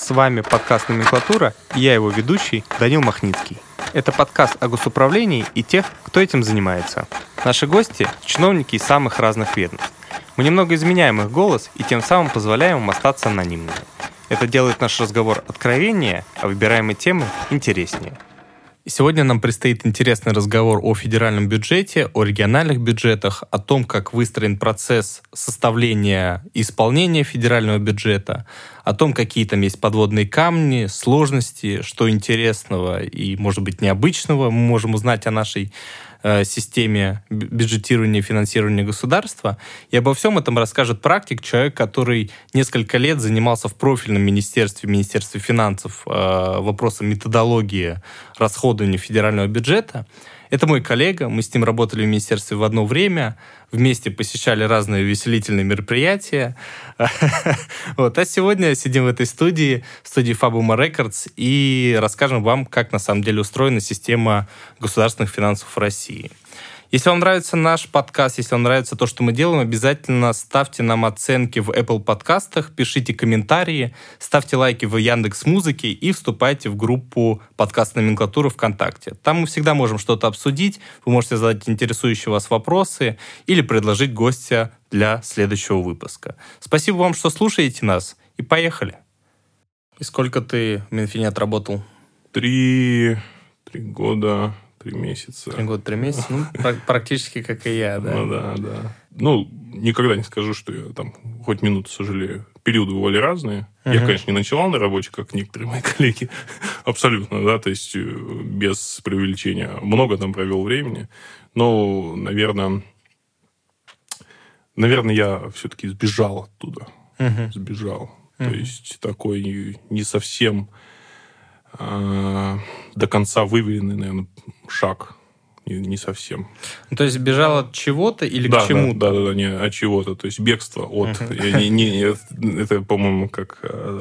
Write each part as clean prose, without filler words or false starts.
С вами подкаст «Номенклатура» и я его ведущий Данил Махницкий. Это подкаст о госуправлении и тех, кто этим занимается. Наши гости – чиновники из самых разных ведомств. Мы немного изменяем их голос и тем самым позволяем им остаться анонимными. Это делает наш разговор откровеннее, а выбираемые темы интереснее. Сегодня нам предстоит интересный разговор о федеральном бюджете, о региональных бюджетах, о том, как выстроен процесс составления и исполнения федерального бюджета, о том, какие там есть подводные камни, сложности, что интересного и, может быть, необычного мы можем узнать о нашей системе бюджетирования и финансирования государства. И обо всем этом расскажет практик, человек, который несколько лет занимался в профильном Министерстве финансов вопросом методологии расходования федерального бюджета. Это мой коллега, мы с ним работали в министерстве в одно время, вместе посещали разные увеселительные мероприятия. А сегодня сидим в этой студии Fabuma Records, и расскажем вам, как на самом деле устроена система государственных финансов в России. Если вам нравится наш подкаст, если вам нравится то, что мы делаем, обязательно ставьте нам оценки в Apple подкастах, пишите комментарии, ставьте лайки в Яндекс.Музыке и вступайте в группу подкаст «Номенклатура» ВКонтакте. Там мы всегда можем что-то обсудить, вы можете задать интересующие вас вопросы или предложить гостя для следующего выпуска. Спасибо вам, что слушаете нас, и поехали. И сколько ты в Минфине отработал? 3 года... 3 месяца. 3 года, 3 месяца? Ну, практически как и я, да? Да. Ну, никогда не скажу, что я там хоть минуту сожалею. Периоды бывали разные. Я, конечно, не начинал на работе, как некоторые мои коллеги. Абсолютно, да, то есть без преувеличения. Много там провел времени. Но, наверное, я все-таки сбежал оттуда. Сбежал. То есть такой не совсем... до конца выверенный, наверное, шаг. Не совсем. То есть бежал от чего-то или к чему-то? Да, не от чего-то. То есть бегство от... Это, по-моему, как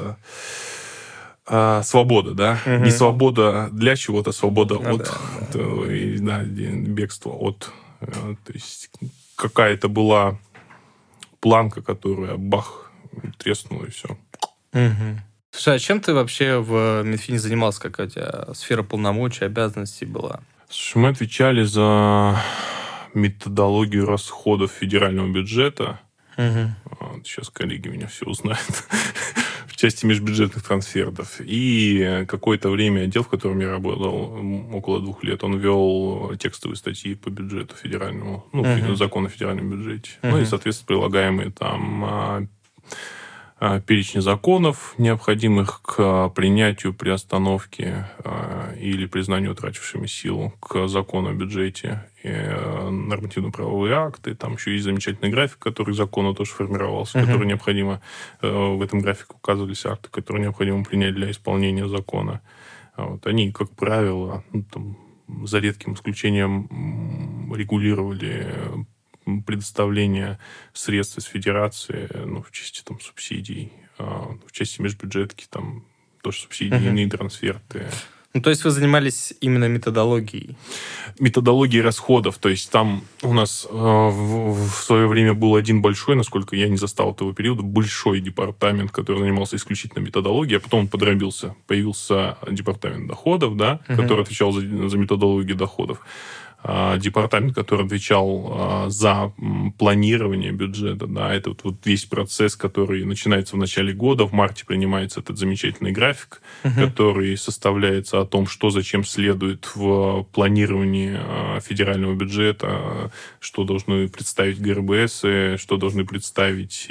свобода, да? Не свобода для чего-то, свобода от... Да, бегство от... То есть какая-то была планка, которая бах, треснула, и все. Слушай, а чем ты вообще в Минфине занимался? Какая у тебя сфера полномочий, обязанностей была? Слушай, мы отвечали за методологию расходов федерального бюджета. Сейчас коллеги меня все узнают. В части межбюджетных трансфертов. И какое-то время отдел, в котором я работал, около 2 лет, он вел текстовые статьи по бюджету федеральному, закон о федеральном бюджете. Ну и, соответственно, прилагаемые там... перечни законов, необходимых к принятию, приостановке или признанию утратившими силу к закону о бюджете, нормативно-правовые акты. Там еще есть замечательный график, который к закону тоже формировался, который необходимо... В этом графике указывались акты, которые необходимо принять для исполнения закона. Они, как правило, за редким исключением, регулировали предоставление средств из федерации, в части там субсидий, в части межбюджетки, там тоже субсидии, иные трансферты. То есть вы занимались именно методологией? Методологией расходов. То есть там у нас в свое время был один большой, насколько я не застал этого периода, большой департамент, который занимался исключительно методологией, а потом он подробился. Появился департамент доходов, да, который отвечал за методологию доходов. Департамент, который отвечал за планирование бюджета, да, это вот весь процесс, который начинается в начале года, в марте принимается этот замечательный график, который составляется о том, что зачем следует в планировании федерального бюджета, что должны представить ГРБС, что должны представить...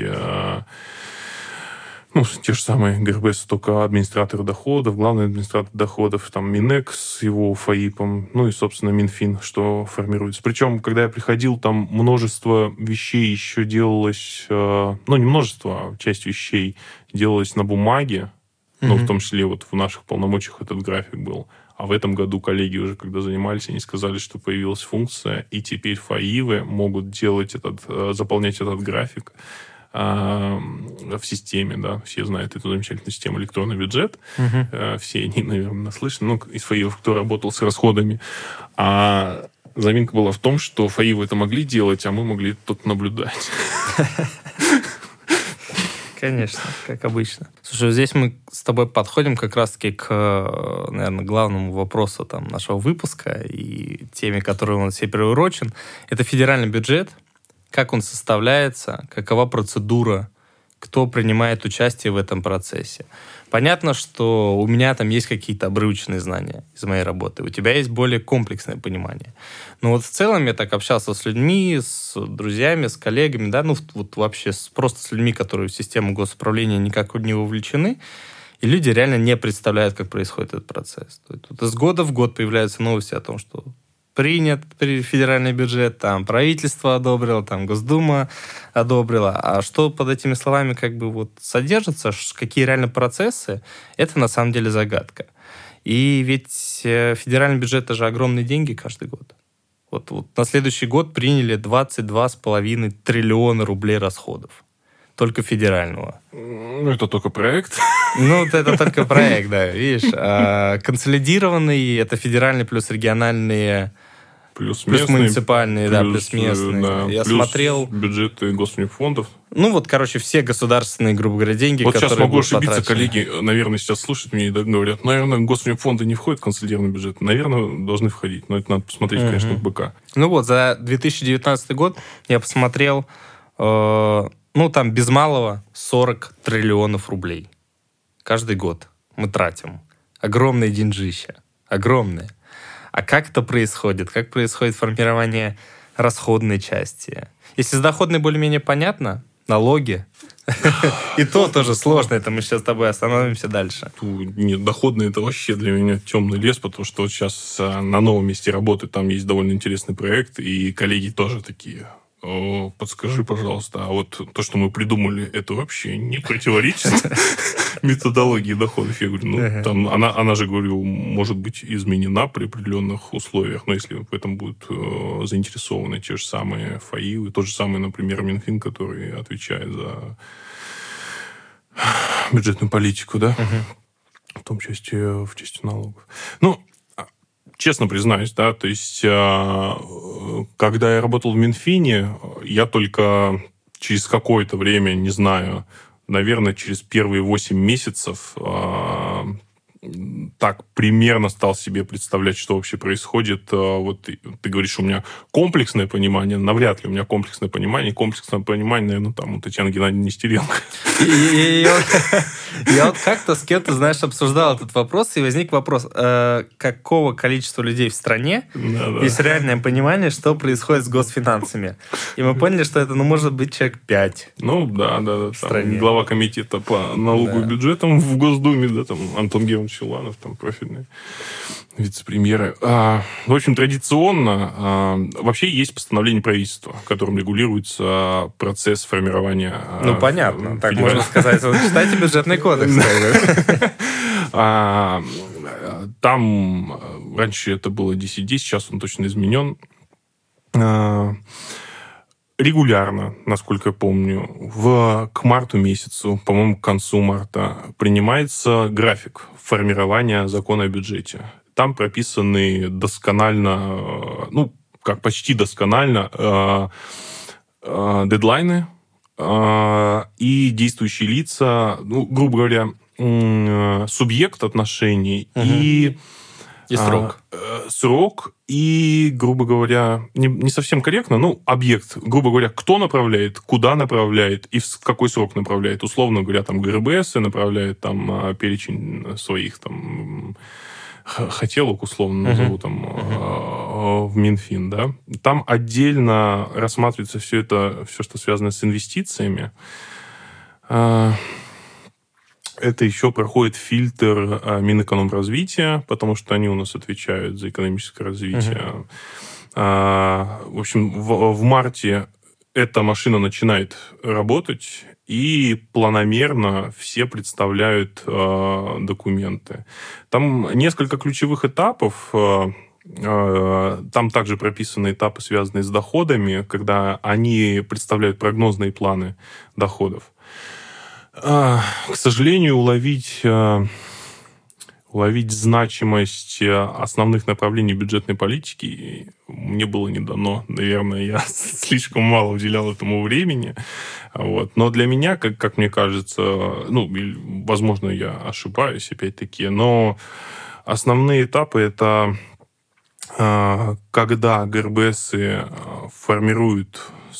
те же самые ГРБС, только администраторы доходов, главный администратор доходов, там Минэк с его ФАИПом, и, собственно, Минфин, что формируется. Причем, когда я приходил, там множество вещей еще делалось, не множество, а часть вещей делалось на бумаге, в том числе вот в наших полномочиях этот график был. А в этом году коллеги уже, когда занимались, они сказали, что появилась функция, и теперь ФАИвы могут заполнять этот график в системе, да, все знают эту замечательную систему электронный бюджет, все они, наверное, наслышаны, из ФАИВов, кто работал с расходами, а заминка была в том, что ФАИВы это могли делать, а мы могли тут наблюдать. Конечно, как обычно. Слушай, здесь мы с тобой подходим как раз-таки к, наверное, главному вопросу там, нашего выпуска и теме, которой он все приурочен. Это федеральный бюджет, как он составляется, какова процедура, кто принимает участие в этом процессе. Понятно, что у меня там есть какие-то обрывочные знания из моей работы, у тебя есть более комплексное понимание. Но вот в целом я так общался с людьми, с друзьями, с коллегами, да, ну вот вообще просто с людьми, которые в систему госуправления никак не вовлечены, и люди реально не представляют, как происходит этот процесс. То есть, вот из года в год появляются новости о том, что принят федеральный бюджет, там правительство одобрило, там Госдума одобрила. А что под этими словами как бы вот содержится, какие реально процессы, это на самом деле загадка. И ведь федеральный бюджет — это же огромные деньги каждый год. Вот на следующий год приняли 22,5 триллиона рублей расходов. Только федерального. Ну, это только проект. Ну, это только проект, да, видишь. А консолидированный — это федеральный плюс региональные, плюс муниципальные, да, плюс местные. Да, я плюс смотрел бюджеты госфондов. Ну, вот, короче, все государственные, грубо говоря, деньги, вот которые сейчас могу будут ошибиться, потрачены. коллеги, наверное, сейчас слушают меня и говорят, наверное, госфонды не входят в консолидированный бюджет. Наверное, должны входить, но это надо посмотреть, конечно, в БК. Ну вот, за 2019 год я посмотрел, там без малого 40 триллионов рублей. Каждый год мы тратим. Огромные деньжища. Огромные. А как это происходит? Как происходит формирование расходной части? Если с доходной более-менее понятно, налоги, и то тоже сложно. Это мы сейчас с тобой остановимся дальше. Нет, доходный — это вообще для меня темный лес, потому что вот сейчас на новом месте работы там есть довольно интересный проект, и коллеги тоже такие: подскажи, пожалуйста, а вот то, что мы придумали, это вообще не противоречит методологии доходов? Я говорю, там она же, говорю, может быть изменена при определенных условиях, но если в этом будут заинтересованы те же самые ФАИ, тот же самый, например, Минфин, который отвечает за бюджетную политику, да, в том части налогов. Ну, честно признаюсь, да, то есть, когда я работал в Минфине, я только через какое-то время, не знаю, наверное, через первые 8 месяцев так примерно стал себе представлять, что вообще происходит. Вот ты говоришь, у меня комплексное понимание. Навряд ли у меня комплексное понимание. Комплексное понимание, наверное, там у Татьяны Геннадьевны Нестеренко. Я вот как-то с кем-то, знаешь, обсуждал этот вопрос, и возник вопрос, какого количества людей в стране есть реальное понимание, что происходит с госфинансами. И мы поняли, что это, может быть, человек 5. Ну, да. Там глава комитета по налогу и бюджетам в Госдуме, да, там Антон Георгиевич Силанов, там профильные вице-премьеры. В общем, традиционно вообще есть постановление правительства, которым регулируется процесс формирования... Ну, понятно. Так можно сказать. Читайте бюджетный кодекс. Там раньше это было 10.10, сейчас он точно изменен. Регулярно, насколько я помню, к марту месяцу, по-моему, к концу марта, принимается график формирования закона о бюджете. Там прописаны досконально, почти досконально, дедлайны и действующие лица, грубо говоря, субъект отношений и срок. Срок и, грубо говоря, не совсем корректно, объект, грубо говоря, кто направляет, куда направляет и в какой срок направляет. Условно говоря, там ГРБС направляет там перечень своих там хотелок, условно назову, там в Минфин, да. Там отдельно рассматривается все, что связано с инвестициями. Это еще проходит фильтр Минэкономразвития, потому что они у нас отвечают за экономическое развитие. В общем, в марте эта машина начинает работать, и планомерно все представляют документы. Там несколько ключевых этапов. Там также прописаны этапы, связанные с доходами, когда они представляют прогнозные планы доходов. К сожалению, уловить ловить значимость основных направлений бюджетной политики мне было не дано. Наверное, я слишком мало уделял этому времени. Вот. Но для меня, как мне кажется, возможно, я ошибаюсь, опять-таки, но основные этапы – это когда ГРБСы формируют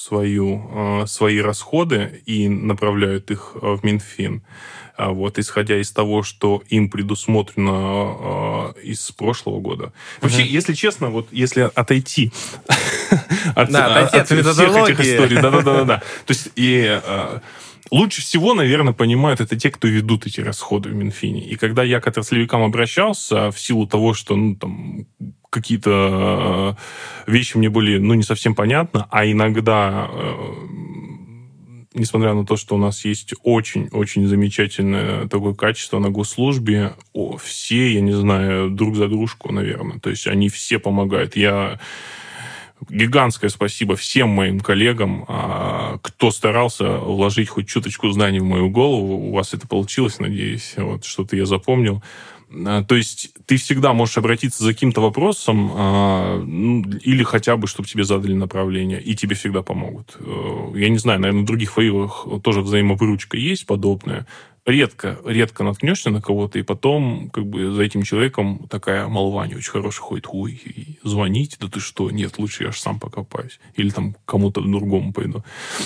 свои расходы и направляют их в Минфин, исходя из того, что им предусмотрено из прошлого года. Вообще, если честно, если отойти от всех этих историй. Да. То есть, лучше всего, наверное, понимают это те, кто ведут эти расходы в Минфине. И когда я к отраслевикам обращался, в силу того, что какие-то вещи мне были не совсем понятны, а иногда, несмотря на то, что у нас есть очень-очень замечательное такое качество на госслужбе, все, я не знаю, друг за дружку, наверное. То есть они все помогают. Гигантское спасибо всем моим коллегам, кто старался вложить хоть чуточку знаний в мою голову. У вас это получилось, надеюсь. Что-то я запомнил. То есть ты всегда можешь обратиться за каким-то вопросом или хотя бы, чтобы тебе задали направление, и тебе всегда помогут. Я не знаю, наверное, в других фаилах тоже взаимовыручка есть подобная. Редко наткнешься на кого-то, и потом за этим человеком такая молва не очень хорошая ходит. Ой, звоните, да ты что? Нет, лучше я же сам покопаюсь. Или там кому-то другому пойду.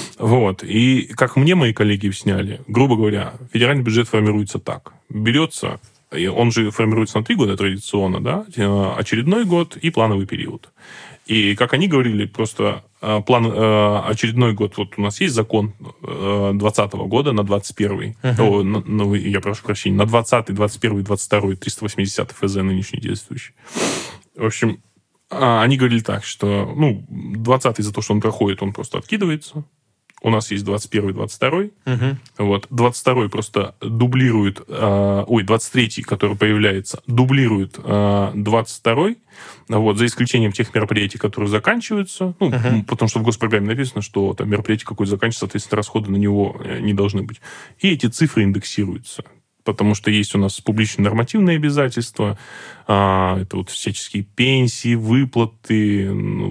И как мне мои коллеги объясняли, грубо говоря, федеральный бюджет формируется так. Берется, он же формируется на 3 года традиционно, да? Очередной год и плановый период. И, как они говорили, просто очередной год, у нас есть закон 2020 года на 21-й, я прошу прощения, на 20-й, 21-й, 22-й, 380 ФЗ нынешний действующий. В общем, они говорили так, что 20-й за то, что он проходит, он просто откидывается. У нас есть 21-й, 22-й. 22-й просто дублирует... 23-й, который появляется, дублирует 22-й. За исключением тех мероприятий, которые заканчиваются. Потому что в госпрограмме написано, что там мероприятие какое-то заканчивается, соответственно, расходы на него не должны быть. И эти цифры индексируются. Потому что есть у нас публичные нормативные обязательства, это всяческие пенсии, выплаты.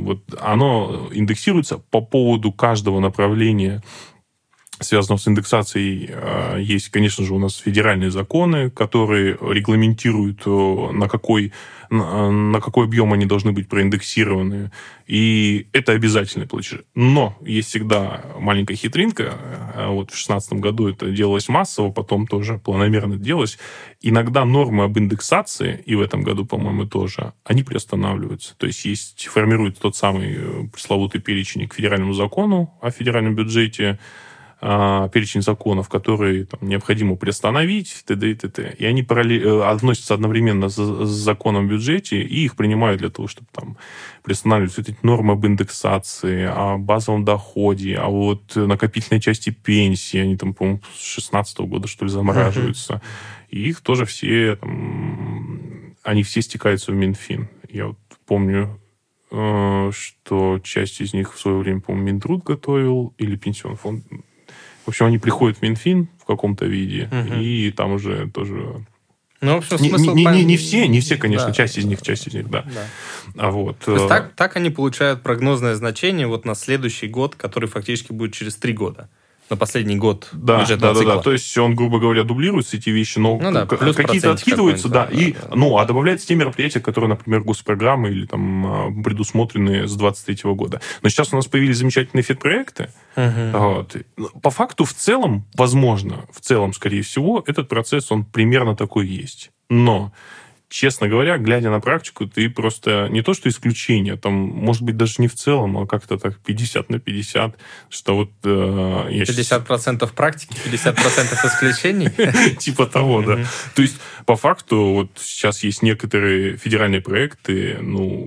Оно индексируется по поводу каждого направления, связанного с индексацией. Есть, конечно же, у нас федеральные законы, которые регламентируют, на какой объем они должны быть проиндексированы. И это обязательные платежи. Но есть всегда маленькая хитринка. В 2016 году это делалось массово, потом тоже планомерно делалось. Иногда нормы об индексации, и в этом году, по-моему, тоже, они приостанавливаются. То есть формируется тот самый пресловутый перечень к федеральному закону о федеральном бюджете, перечень законов, которые необходимо приостановить, т.д. и т.т. И они относятся одновременно с законом о бюджете, и их принимают для того, чтобы приостанавливать эти нормы об индексации, о базовом доходе, о накопительной части пенсии. Они по-моему, с 2016 года, что ли, замораживаются. И их тоже все, они все стекаются в Минфин. Я помню, что часть из них в свое время, по-моему, Минтруд готовил, или Пенсионный фонд. В общем, они приходят в Минфин в каком-то виде, и там уже тоже... В общем, смысл... Не все, конечно, да, часть из них, да. То есть так они получают прогнозное значение на следующий год, который фактически будет через 3 года. На последний год бюджетного цикла. Да. То есть он, грубо говоря, дублируется, эти вещи, но какие-то откидываются, а добавляются те мероприятия, которые, например, госпрограммы или предусмотрены с 2023 года. Но сейчас у нас появились замечательные федпроекты. По факту, в целом, скорее всего, этот процесс, он примерно такой есть. Но... Честно говоря, глядя на практику, ты просто не то, что исключение, может быть, даже не в целом, а как-то так 50 на 50, что 50% практики, 50% исключений? Типа того, да. То есть, по факту, сейчас есть некоторые федеральные проекты,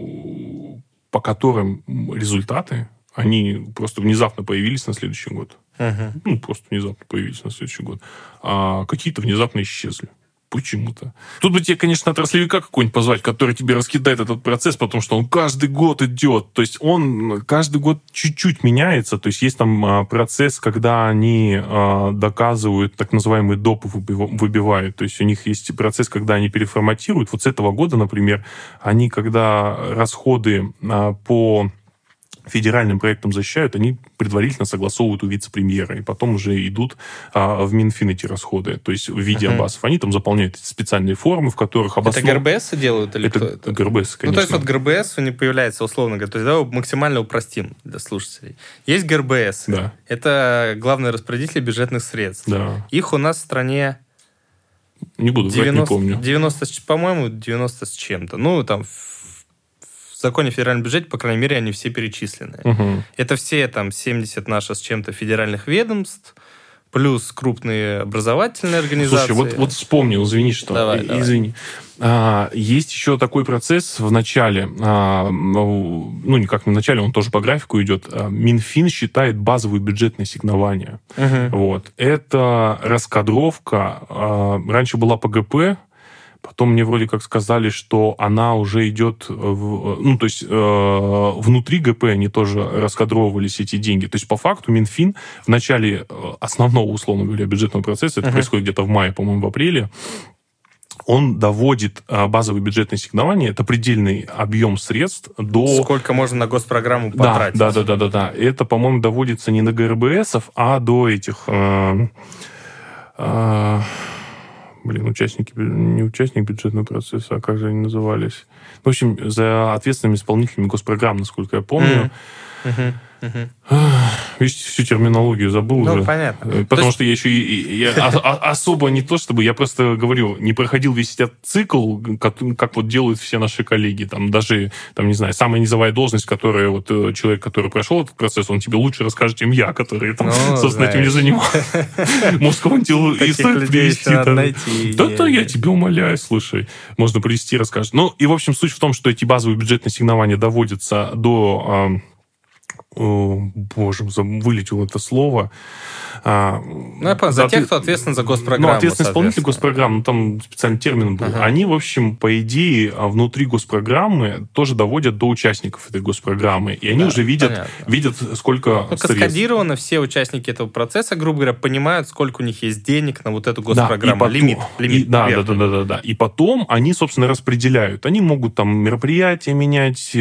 по которым результаты, они просто внезапно появились на следующий год. Просто внезапно появились на следующий год. А какие-то внезапно исчезли. Почему-то. Тут бы тебе, конечно, отраслевика какой-нибудь позвать, который тебе раскидает этот процесс, потому что он каждый год идет. То есть он каждый год чуть-чуть меняется. То есть есть там процесс, когда они доказывают, так называемые допы выбивают. То есть у них есть процесс, когда они переформатируют. Вот с этого года, например, они, когда расходы по федеральным проектам защищают, они предварительно согласовывают у вице-премьера, и потом уже идут в Минфин эти расходы, то есть в виде абасов. Они там заполняют эти специальные формы, в которых Это ГРБС делают или кто это? ГРБС, конечно. Ну, то есть вот ГРБС не появляется, условно говоря, то есть давай максимально упростим для слушателей. Есть ГРБС. Да. Это главные распорядители бюджетных средств. Да. Их у нас в стране... Не буду врать, не помню. 90, по-моему, 90 с чем-то. Ну, там... В законе о федеральном бюджете, по крайней мере, они все перечислены. Угу. Это все там 70 наши с чем-то федеральных ведомств, плюс крупные образовательные организации. Слушай, вот вспомнил, извини, что... Давай. Извини. Есть еще такой процесс в начале, ну, никак не в начале, он тоже по графику идет. Минфин считает базовые бюджетные ассигнования. Угу. Вот. Это раскадровка. Раньше была ПГП, потом мне вроде как сказали, что она уже идет... Ну, то есть внутри ГП они тоже раскадровывались, эти деньги. То есть по факту Минфин в начале основного, условно говоря, бюджетного процесса, это происходит где-то в мае, по-моему, в апреле, он доводит базовые бюджетные ассигнования, это предельный объем средств до... Сколько можно на госпрограмму потратить. Да. Это, по-моему, доводится не до ГРБСов, а до этих... участники, не участник бюджетного процесса, а как же они назывались? В общем, за ответственными исполнителями госпрограмм, насколько я помню. Видите, всю терминологию забыл уже. Ну, понятно. Потому что я еще особо не то, чтобы... Я просто говорю, не проходил весь этот цикл, как вот делают все наши коллеги. Там даже, не знаю, самая низовая должность, которая вот человек, который прошел этот процесс, он тебе лучше расскажет, чем я, который там, собственно, этим не занимаюсь. Может, кого-нибудь и стоит привести. Да, я тебе умоляю, слушай. Можно привести, расскажешь. Ну, и, в общем, суть в том, что эти базовые бюджетные ассигнования доводятся до... Боже, вылетело это слово. За тех, кто ответственен за госпрограмму. Ну, ответственный исполнитель госпрограммы, там специальный термин был. Они, в общем, по идее, внутри госпрограммы тоже доводят до участников этой госпрограммы. И они уже видят, сколько средств. Каскадированно все участники этого процесса, грубо говоря, понимают, сколько у них есть денег на вот эту госпрограмму. Лимит. Да. И потом они, собственно, распределяют. Они могут там мероприятия менять,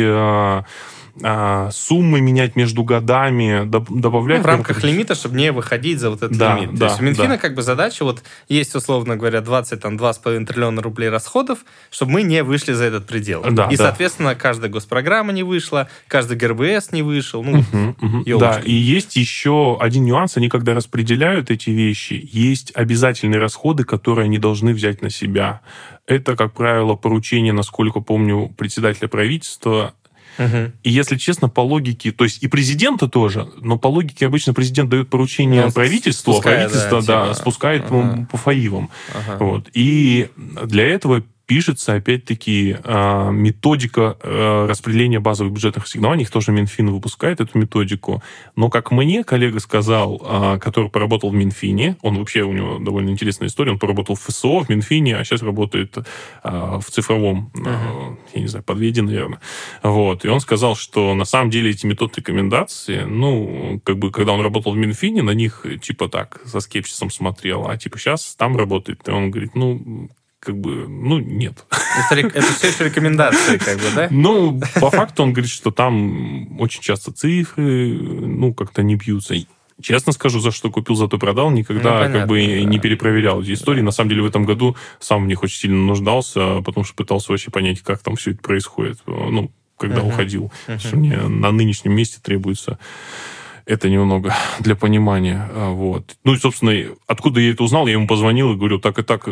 суммы менять между годами, добавлять... в рамках лимита, чтобы не выходить за вот этот лимит. То есть у Минфина как бы задача, вот есть, условно говоря, 2,5 триллиона рублей расходов, чтобы мы не вышли за этот предел. Соответственно, каждая госпрограмма не вышла, каждый ГРБС не вышел. Да, и есть еще один нюанс. Они, когда распределяют эти вещи, есть обязательные расходы, которые они должны взять на себя. Это, как правило, поручение, насколько помню, председателя правительства. И если честно, по логике, то есть и президента тоже, но по логике обычно президент дает поручение правительству, а правительство спускает по ФАИВам. Вот. И для этого пишется, опять-таки, методика распределения базовых бюджетных ассигнований. Их тоже Минфин выпускает, эту методику. Но, как мне коллега сказал, который поработал в Минфине, он вообще, у него довольно интересная история, он поработал в ФСО, в Минфине, а сейчас работает в цифровом, я не знаю, подведе, наверное. Вот. И он сказал, что на самом деле эти методы рекомендации, когда он работал в Минфине, на них, так, со скепсисом смотрел, а сейчас там работает. И он говорит, нет. Это все еще рекомендации, да? По факту он говорит, что там очень часто цифры, как-то не бьются. Честно скажу, за что купил, зато продал, никогда не перепроверял эти истории. На самом деле в этом году сам в них очень сильно нуждался, потому что пытался вообще понять, как там все это происходит. Когда уходил. Что мне на нынешнем месте требуется... Это немного для понимания. Вот. И, собственно, откуда я это узнал, я ему позвонил и говорю, так и так,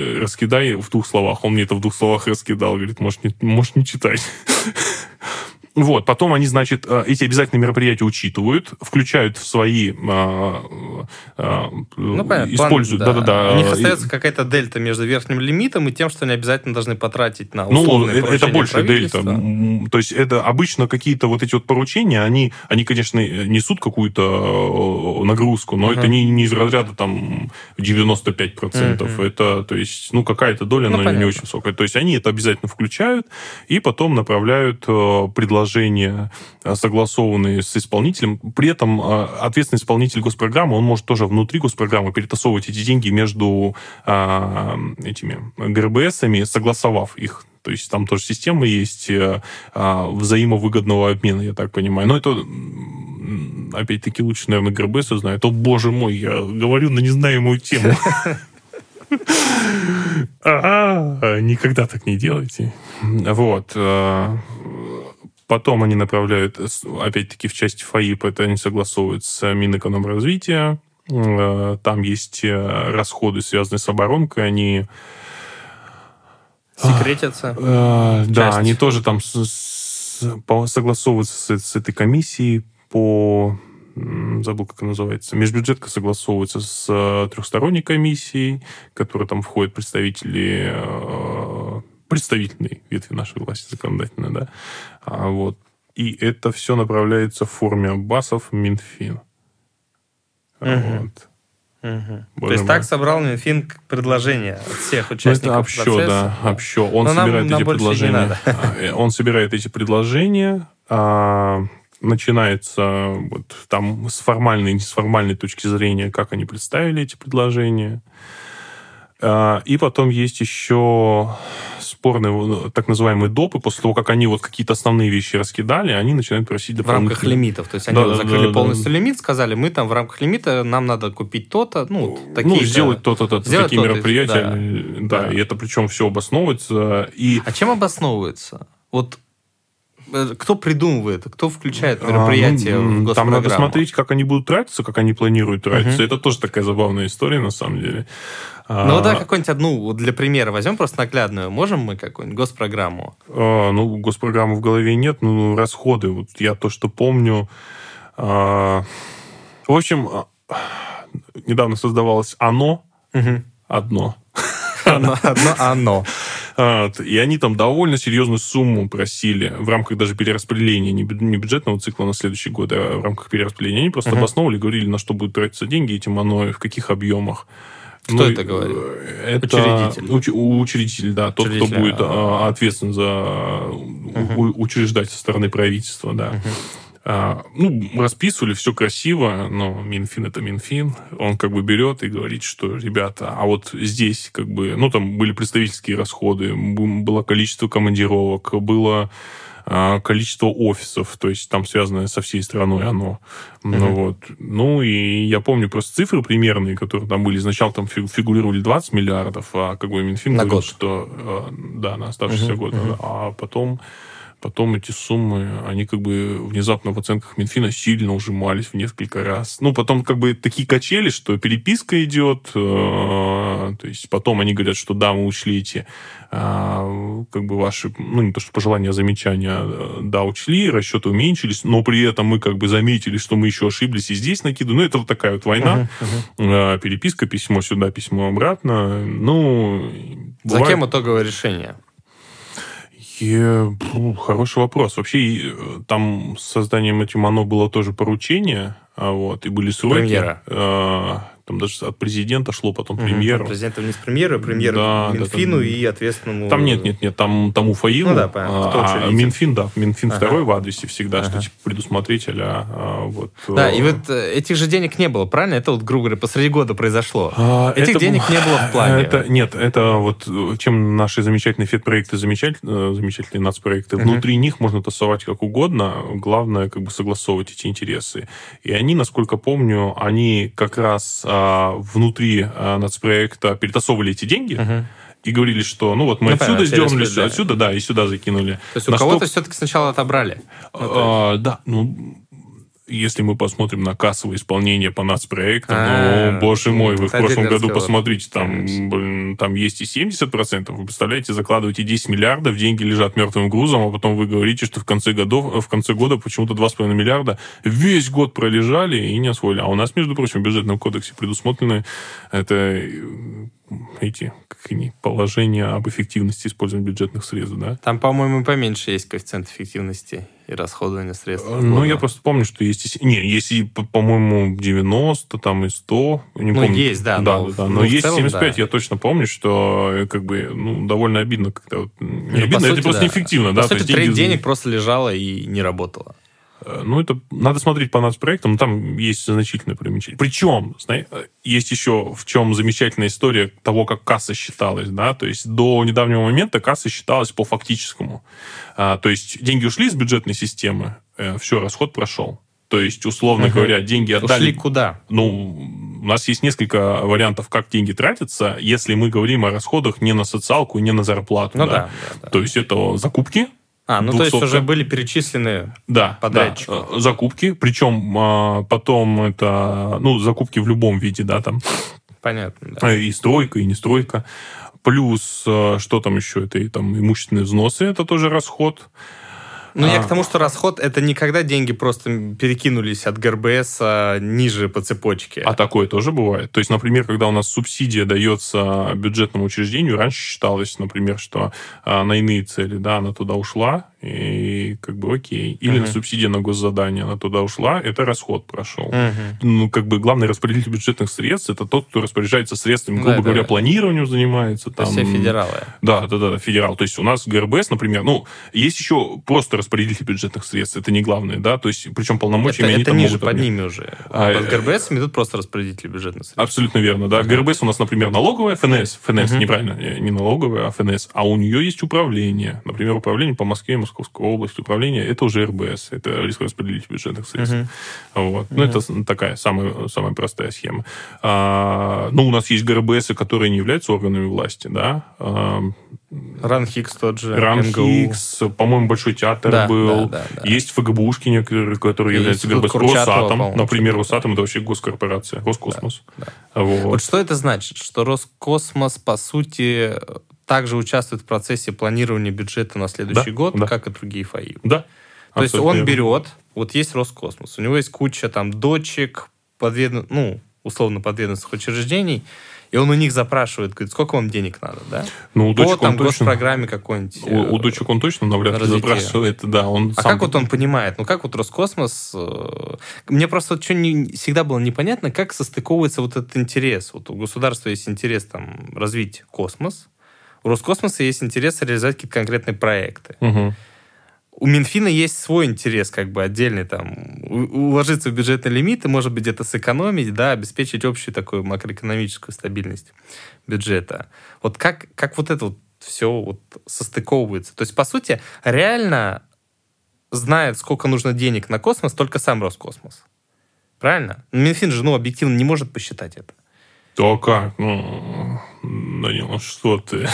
раскидай в 2 словах. Он мне это в 2 словах раскидал. Говорит, можешь не читать. Вот, потом они, значит, эти обязательные мероприятия учитывают, включают в свои, используют. У них остается какая-то дельта между верхним лимитом и тем, что они обязательно должны потратить на условные поручения это больше правительства. дельта. То есть это обычно какие-то вот эти вот поручения, они, конечно, несут какую-то нагрузку, но это не из разряда там 95%. Это, то есть, какая-то доля, но не очень высокая. То есть они это обязательно включают и потом направляют предложения, согласованные с исполнителем. При этом ответственный исполнитель госпрограммы, он может тоже внутри госпрограммы перетасовывать эти деньги между этими ГРБСами, согласовав их. То есть там тоже система есть взаимовыгодного обмена, я так понимаю. Но это, опять-таки, лучше, наверное, ГРБС знает. О, боже мой, я говорю на незнаемую тему. Никогда так не делайте. Вот. Потом они направляют, опять-таки, в части ФАИП, это они согласовывают с Минэкономразвития. Там есть расходы, связанные с оборонкой, они... Секретятся? Да, они тоже там согласовываются с этой комиссией по... Забыл, как она называется. Межбюджетка согласовывается с трехсторонней комиссией, в которой там входят представительные ветви нашей власти законодательной, да. Вот. И это все направляется в форме аббасов в Минфин. Вот. То есть так собрал Минфин предложение от всех участников процесса? Да, общо. Он собирает эти предложения. Он собирает эти предложения, начинается вот там с формальной и неформальной точки зрения, как они представили эти предложения. И потом есть еще спорные так называемые допы. После того, как они вот какие-то основные вещи раскидали, они начинают просить дополнительные. В рамках лимитов. То есть они закрыли полностью лимит, сказали, мы там в рамках лимита, нам надо купить то-то, сделать то-то, такие мероприятия. Да, и это причем все обосновывается. А чем обосновывается? Вот кто придумывает, кто включает мероприятия в госпрограмму? Там надо смотреть, как они будут тратиться, как они планируют тратиться. Это тоже такая забавная история, на самом деле. Давай какую-нибудь одну для примера возьмем, просто наглядную. Можем мы какую-нибудь госпрограмму? Госпрограммы в голове нет, расходы. Вот я то, что помню. В общем, недавно создавалось ОНО. Одно. Оно. И они там довольно серьезную сумму просили в рамках даже перераспределения, не бюджетного цикла на следующий год, а в рамках перераспределения. Они просто обосновывали, говорили, на что будут тратиться деньги этим ОНО, в каких объемах. Кто это говорит? Это учредитель, да, тот, кто будет ответственен за учреждать со стороны правительства, да. Расписывали, все красиво, но Минфин — это Минфин. Он как бы берет и говорит, что, ребята, а вот здесь как бы... там были представительские расходы, было количество командировок, было количество офисов, то есть там связанное со всей страной оно. И я помню просто цифры примерные, которые там были. Сначала там фигурировали 20 миллиардов, а как бы Минфин говорил, что... да, на оставшийся год. А потом эти суммы, они как бы внезапно в оценках Минфина сильно ужимались в несколько раз. Потом как бы такие качели, что переписка идет, то есть потом они говорят, что да, мы учли эти как бы ваши, не то что пожелания, а замечания, да, учли, расчеты уменьшились, но при этом мы как бы заметили, что мы еще ошиблись и здесь накидываем. Это вот такая вот война. Переписка, письмо сюда, письмо обратно. За кем итоговое решение? Хороший вопрос. Вообще, там с созданием этим ОНО было тоже поручение, и были сроки. Премьера. Там даже от президента шло потом премьеру. Президент вниз премьеру, премьеру Минфину и ответственному... Там нет, там тому ФАИЛу. Понятно. Минфин второй в адресе всегда, что предусмотреть вот. Да, и вот этих же денег не было, правильно? Это вот, грубо говоря, посреди года произошло. Этих денег не было в плане. Это вот чем наши замечательные ФЕД-проекты, замечательные нацпроекты, внутри них можно тасовать как угодно, главное как бы согласовывать эти интересы. И они, насколько помню, они как раз внутри нацпроекта перетасовывали эти деньги и говорили, что мы отсюда сдернули, отсюда, да, и сюда закинули. То есть у кого-то все-таки сначала отобрали? Да, если мы посмотрим на кассовое исполнение по нацпроектам, боже мой, вы в прошлом году посмотрите, там есть и 70%, вы представляете, закладываете 10 миллиардов, деньги лежат мертвым грузом, а потом вы говорите, что в конце года почему-то 2,5 миллиарда весь год пролежали и не освоили. А у нас, между прочим, в бюджетном кодексе предусмотрены положения об эффективности использования бюджетных средств, да? Там, по-моему, поменьше есть коэффициент эффективности и расходования средств. Я просто помню, что есть и, по-моему, 90, там и 100. Не помню. Есть, да. Но есть целом, 75, я точно помню, что довольно обидно. Не обидно, это просто неэффективно. По сути, треть денег просто лежала и не работала. Это надо смотреть по нацпроектам, но там есть значительное преимущество. Причем, есть еще в чем замечательная история того, как касса считалась, да, то есть до недавнего момента касса считалась по фактическому. То есть деньги ушли из бюджетной системы, все, расход прошел. То есть, условно говоря, деньги отдали... Ушли куда? У нас есть несколько вариантов, как деньги тратятся, если мы говорим о расходах не на социалку, не на зарплату. Да. То есть, это закупки. То есть уже были перечислены подрядчику. Да, закупки, причем потом это, закупки в любом виде, да, там. Понятно, да. И стройка, и не стройка. Плюс, что там еще, это и там имущественные взносы, это тоже расход. Я к тому, что расход – это не когда деньги просто перекинулись от ГРБС ниже по цепочке. А такое тоже бывает. То есть, например, когда у нас субсидия дается бюджетному учреждению, раньше считалось, например, что на иные цели, да, она туда ушла, и окей. Или субсидия на госзадание, она туда ушла, это расход прошел. Главный распределитель бюджетных средств – это тот, кто распоряжается средствами, грубо говоря, планированием занимается. Там, все федералы. Да, федерал. То есть, у нас ГРБС, например, есть еще просто распределитель бюджетных средств, это не главное, да, то есть, причем полномочиями они там ниже, могут... под ними уже. Под ГРБС идут просто распределители бюджетных средств. Абсолютно верно, да. ГРБС у нас, например, налоговая, ФНС, неправильно, не налоговая, а ФНС, а у нее есть управление. Например, управление по Москве, Московской области, управление, это уже РБС, это распределитель бюджетных средств. Это такая самая простая схема. У нас есть ГРБС, которые не являются органами власти, да. РАНХИКС тот же, РАНХИКС, по-моему, Большой театр был. Да. Есть ФГБУшки некоторые, которые являются ГРБС. Росатом, например, Росатом это вообще госкорпорация, Роскосмос. Да. Вот что это значит? Что Роскосмос, по сути, также участвует в процессе планирования бюджета на следующий год, как и другие ФАИ. Да. То есть он берет, вот есть Роскосмос, у него есть куча там дочек, условно подведомственных учреждений, и он у них запрашивает, говорит, сколько вам денег надо, да? У дочек он точно... госпрограмме какой-нибудь. У дочек он точно навряд ли запрашивает, да. Как он понимает? Как Роскосмос... Мне просто всегда было непонятно, как состыковывается этот интерес. У государства есть интерес развить космос, у Роскосмоса есть интерес реализовать какие-то конкретные проекты. У Минфина есть свой интерес, отдельный, уложиться в бюджетные лимиты, может быть, где-то сэкономить, да, обеспечить общую такую макроэкономическую стабильность бюджета. Как это все состыковывается? То есть, по сути, реально знает, сколько нужно денег на космос, только сам Роскосмос. Правильно? Минфин же, объективно не может посчитать это. Да как? Данил, что ты?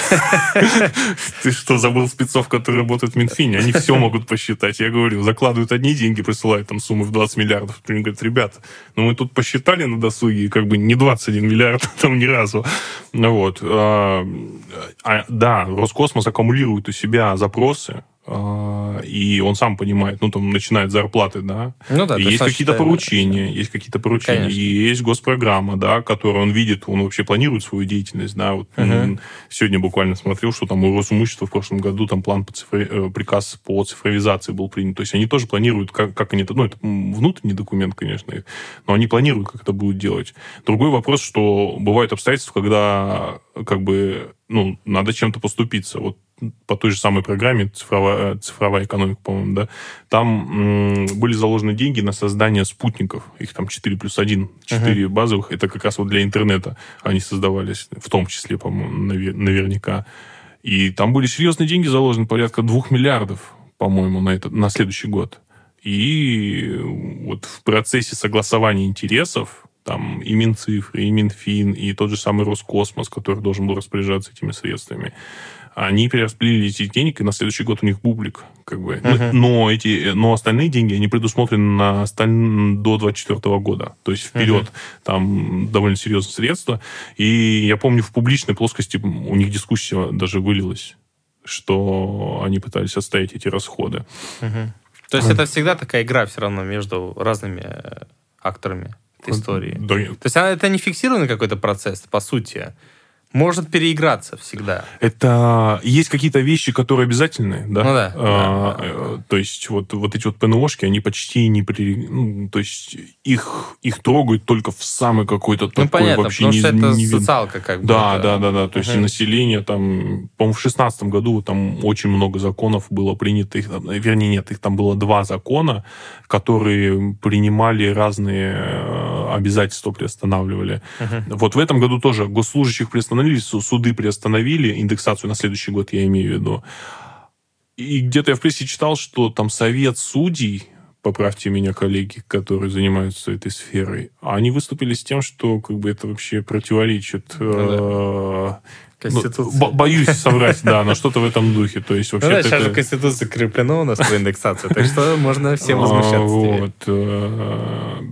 Ты что, забыл спецов, которые работают в Минфине? Они все могут посчитать. Я говорю, закладывают одни деньги, присылают там суммы в 20 миллиардов. Они говорят, ребята, мы тут посчитали на досуге, не 21 миллиард там ни разу. Да, Роскосмос аккумулирует у себя запросы, и он сам понимает, начинает зарплаты, да. Есть какие-то поручения, Конечно. И есть госпрограмма, да, которую он видит, он вообще планирует свою деятельность, да. Сегодня буквально смотрел, что там у Росимущества в прошлом году там приказ по цифровизации был принят. То есть они тоже планируют, как они это... это внутренний документ, конечно, но они планируют, как это будут делать. Другой вопрос, что бывают обстоятельства, когда надо чем-то поступиться. По той же самой программе «Цифровая экономика», по-моему, да, там были заложены деньги на создание спутников. Их там 4+1, 4 базовых. Это как раз для интернета они создавались, в том числе, по-моему, наверняка. И там были серьезные деньги заложены, порядка 2 миллиардов, по-моему, на следующий год. И в процессе согласования интересов там и Минцифры, и Минфин, и тот же самый Роскосмос, который должен был распоряжаться этими средствами, Они перераспределили эти денег, и на следующий год у них бублик. Как бы. Но остальные деньги, они предусмотрены до 2024 года. То есть вперед там довольно серьезные средства. И я помню, в публичной плоскости у них дискуссия даже вылилась, что они пытались отстоять эти расходы. То есть это всегда такая игра все равно между разными акторами этой истории. Да. То есть это не фиксированный какой-то процесс, по сути. Может переиграться всегда. Это есть какие-то вещи, которые обязательны, да? Ну да. То есть вот эти вот ПНОшки, они почти не то есть их трогают только в самый какой-то такой понятно, вообще потому что это социалка как бы. Да. То есть и население там, по-моему, в 2016 году там очень много законов было принято. Вернее, нет, их там было 2 закона, которые принимали разные обязательства, приостанавливали. Вот в этом году тоже госслужащих приостановили, суды приостановили, индексацию на следующий год я имею в виду. И где-то я в прессе читал, что там совет судей, поправьте меня, коллеги, которые занимаются этой сферой, они выступили с тем, что как бы это вообще противоречит Конституция. Боюсь соврать, да, но что-то в этом духе. То есть, вообще сейчас же Конституция креплена у нас по индексации, так что можно всем возмущаться.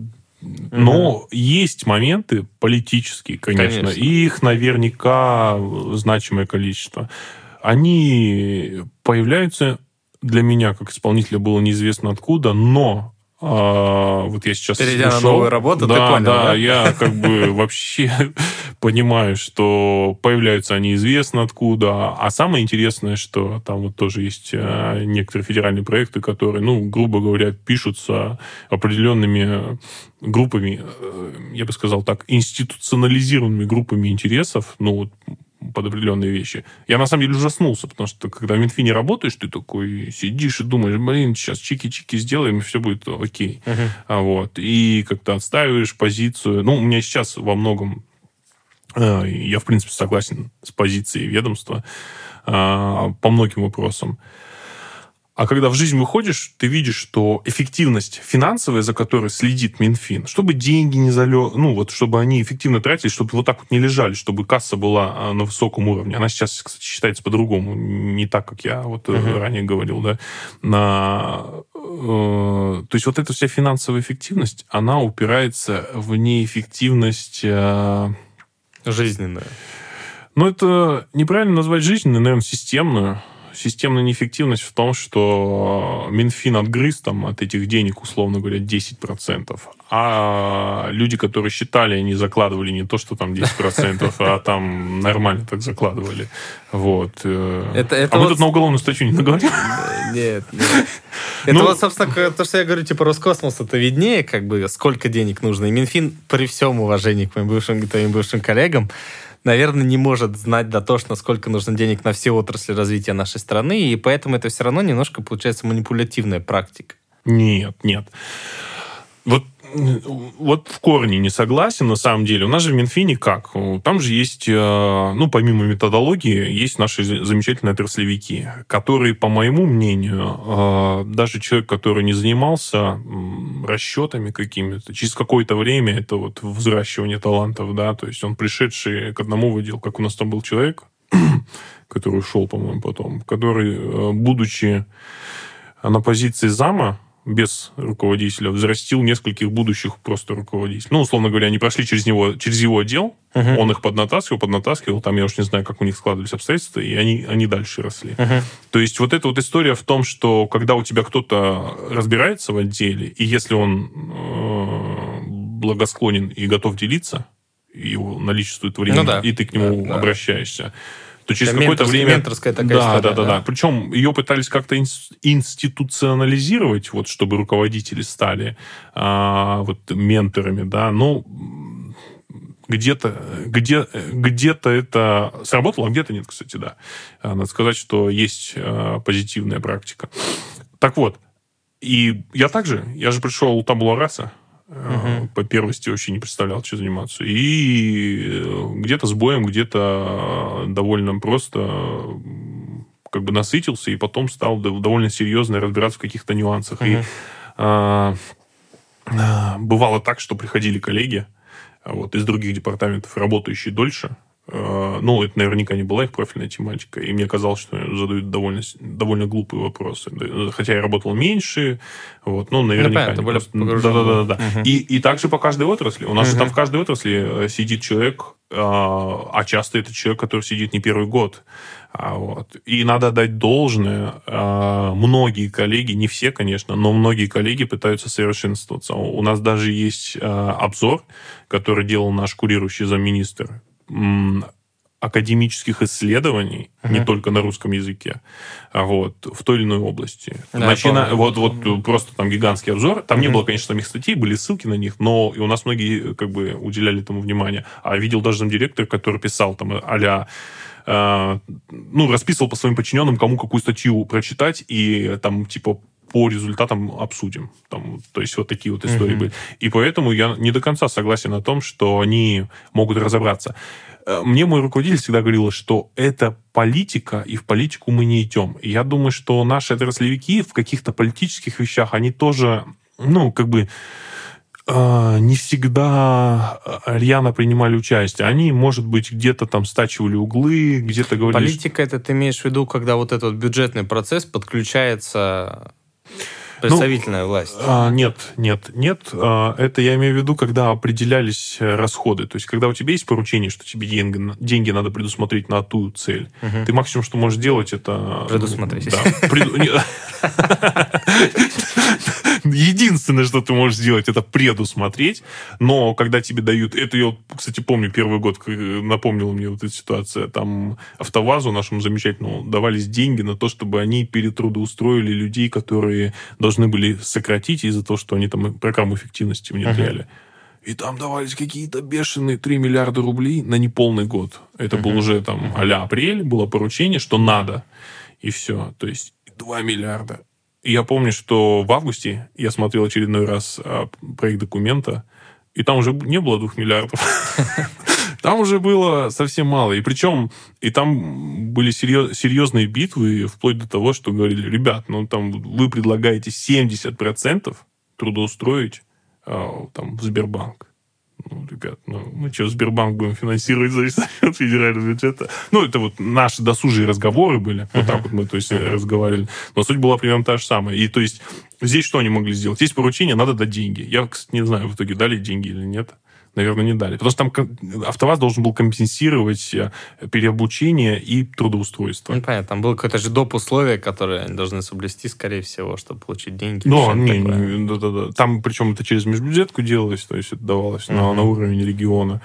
Но есть моменты политические, конечно, и их наверняка значимое количество. Они появляются для меня, как исполнителя, было неизвестно откуда, но вот я сейчас перейдя на новую работу, ты понял, да? Я как бы вообще понимаю, что появляются они известно откуда. А самое интересное, что там вот тоже есть некоторые федеральные проекты, которые, грубо говоря, пишутся определенными группами, я бы сказал так, институционализированными группами интересов, под определенные вещи. Я, на самом деле, ужаснулся, потому что, когда в Минфине работаешь, ты такой сидишь и думаешь, сейчас чики-чики сделаем, и все будет окей. И как-то отстаиваешь позицию. У меня сейчас во многом я, в принципе, согласен с позицией ведомства по многим вопросам. А когда в жизнь выходишь, ты видишь, что эффективность финансовая, за которой следит Минфин, чтобы деньги не чтобы они эффективно тратились, чтобы вот так вот не лежали, чтобы касса была на высоком уровне. Она сейчас, кстати, считается по-другому, не так, как я ранее говорил, да. То есть вот эта вся финансовая эффективность, она упирается в неэффективность... Жизненную. Это неправильно назвать жизненную, наверное, системную. Системная неэффективность в том, что Минфин отгрыз от этих денег, условно говоря, 10%. А люди, которые считали, они закладывали не то, что там 10%, а там нормально так закладывали. Мы тут на уголовную статью не наговорим? Нет. Это собственно, то, что я говорю, Роскосмос, это виднее, как бы, сколько денег нужно. И Минфин, при всем уважении к моим бывшим коллегам, наверное, не может знать дотошно, сколько нужно денег на все отрасли развития нашей страны, и поэтому это все равно немножко получается манипулятивная практика. Нет. Вот в корне не согласен, на самом деле. У нас же в Минфине как? Там же есть, помимо методологии, есть наши замечательные отраслевики, которые, по моему мнению, даже человек, который не занимался расчетами какими-то, через какое-то время это вот взращивание талантов, да, то есть он пришедший к одному в отдел, как у нас там был человек, который ушел, по-моему, потом, который, будучи на позиции зама, без руководителя, взрастил нескольких будущих просто руководителей. Условно говоря, они прошли через его отдел, он их поднатаскивал, там я уж не знаю, как у них складывались обстоятельства, и они дальше росли. То есть вот эта вот история в том, что когда у тебя кто-то разбирается в отделе, и если он благосклонен и готов делиться, его наличествует время, и ты к нему обращаешься, то через какое-то время... Менторская такая история. Да. Причем ее пытались как-то институционализировать, чтобы руководители стали менторами, да, где-то это сработало, а где-то нет, кстати, да. Надо сказать, что есть позитивная практика. Так вот, и я же пришел табула раса, по первости вообще не представлял, чем заниматься. И где-то с боем, где-то довольно просто как бы насытился, и потом стал довольно серьезно разбираться в каких-то нюансах. И бывало так, что приходили коллеги из других департаментов, работающие дольше, Ну, это наверняка не была их профильная тематика. И мне казалось, что задают довольно глупые вопросы. Хотя я работал меньше. Вот, ну, наверняка. Понятно, более погружен. Да. И также по каждой отрасли. У нас же там в каждой отрасли сидит человек, а часто это человек, который сидит не первый год. Вот. И надо дать должное. Многие коллеги, не все, конечно, но многие коллеги пытаются совершенствоваться. У нас даже есть обзор, который делал наш курирующий замминистра академических исследований, не только на русском языке, вот, в той или иной области. Вот просто там гигантский обзор. Там не было, конечно, самих статей, были ссылки на них, но и у нас многие как бы уделяли этому внимание. А видел даже замдиректор, который писал там а-ля расписывал по своим подчиненным, кому какую статью прочитать, и там, типа, по результатам обсудим. Там, то есть, вот такие вот истории были. И поэтому я не до конца согласен на том, что они могут разобраться. Мне мой руководитель всегда говорил, что это политика, и в политику мы не идем. И я думаю, что наши отраслевики в каких-то политических вещах, они тоже, не всегда рьяно принимали участие. Они, может быть, где-то там стачивали углы, где-то говорили... Политика, это ты имеешь в виду, когда вот этот бюджетный процесс подключается представительная власть? Нет. Это я имею в виду, когда определялись расходы. То есть, когда у тебя есть поручение, что тебе деньги надо предусмотреть на ту цель, ты максимум, что можешь сделать, это... Предусмотреть. Единственное, что ты можешь сделать, это предусмотреть. Но когда тебе дают... Это я, кстати, помню, первый год напомнила мне вот эта ситуация. Там АвтоВАЗу нашему замечательному давались деньги на то, чтобы они перетрудоустроили людей, которые должны были сократить из-за того, что они там программу эффективности внедряли. И там давались какие-то бешеные 3 миллиарда рублей на неполный год. Это был уже там а-ля апрель, было поручение, что надо. И все. То есть 2 миллиарда. И я помню, что в августе я смотрел очередной раз проект документа, и там уже не было 2 миллиардов. Там уже было совсем мало. И причем, и там были серьезные битвы, вплоть до того, что говорили, ребят, там вы предлагаете 70% трудоустроить там, в Сбербанк. Ребят, мы что, Сбербанк будем финансировать за счет федерального бюджета? Это вот наши досужие разговоры были. Вот так вот мы, то есть, разговаривали. Но суть была примерно та же самая. И, то есть, здесь что они могли сделать? Есть поручение, надо дать деньги. Я, кстати, не знаю, в итоге дали деньги или нет. Наверное, не дали. Потому что там АвтоВАЗ должен был компенсировать переобучение и трудоустройство. Понятно. Там было какое-то же доп. Условие, которое они должны соблюсти, скорее всего, чтобы получить деньги. Да. Там, причем, это через межбюджетку делалось, то есть это давалось на уровень региона.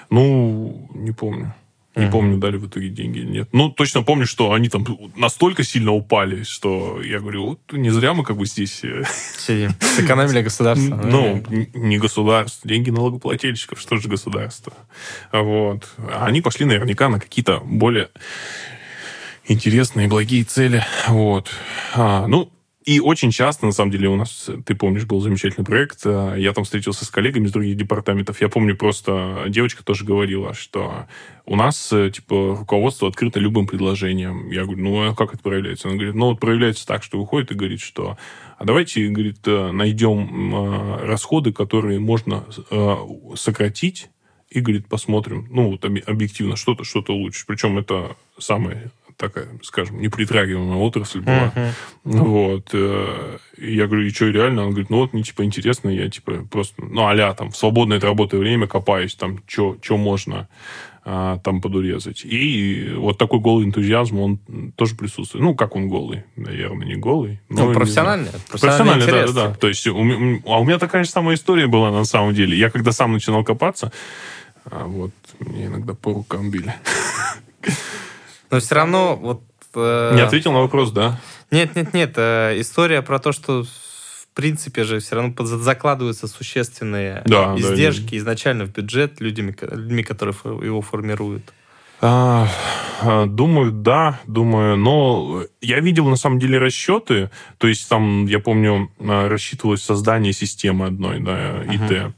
Не помню. Не помню, дали в итоге деньги или нет. Точно помню, что они там настолько сильно упали, что я говорю, вот не зря мы как бы здесь... Сидим. Сэкономили государство. Не государство. Деньги налогоплательщиков. Что же государство? Вот. Они пошли наверняка на какие-то более интересные, благие цели. Вот. И очень часто, на самом деле, у нас, ты помнишь, был замечательный проект. Я там встретился с коллегами из других департаментов. Я помню, просто девочка тоже говорила, что у нас, руководство открыто любым предложением. Я говорю, а как это проявляется? Она говорит, проявляется так, что выходит и говорит, что давайте, говорит, найдем расходы, которые можно сократить, и, говорит, посмотрим, объективно, что-то улучшить. Причем это самое... такая, скажем, непритрагиваемая отрасль была. Вот. И я говорю, и что, реально? Он говорит, мне, интересно, я, просто, а-ля, там, в свободное от работы время копаюсь, там, что можно там подурезать. И вот такой голый энтузиазм, он тоже присутствует. Как он голый? Наверное, не голый. Профессиональный. Профессиональный, да. То есть, у меня такая же самая история была, на самом деле. Я, когда сам начинал копаться, мне иногда по рукам били. Но все равно... Не ответил на вопрос, да? Нет. История про то, что в принципе же все равно закладываются существенные издержки изначально в бюджет людьми, которые его формируют. Думаю, да. Но я видел, на самом деле, расчеты. То есть там, я помню, рассчитывалось создание системы одной, ИТ.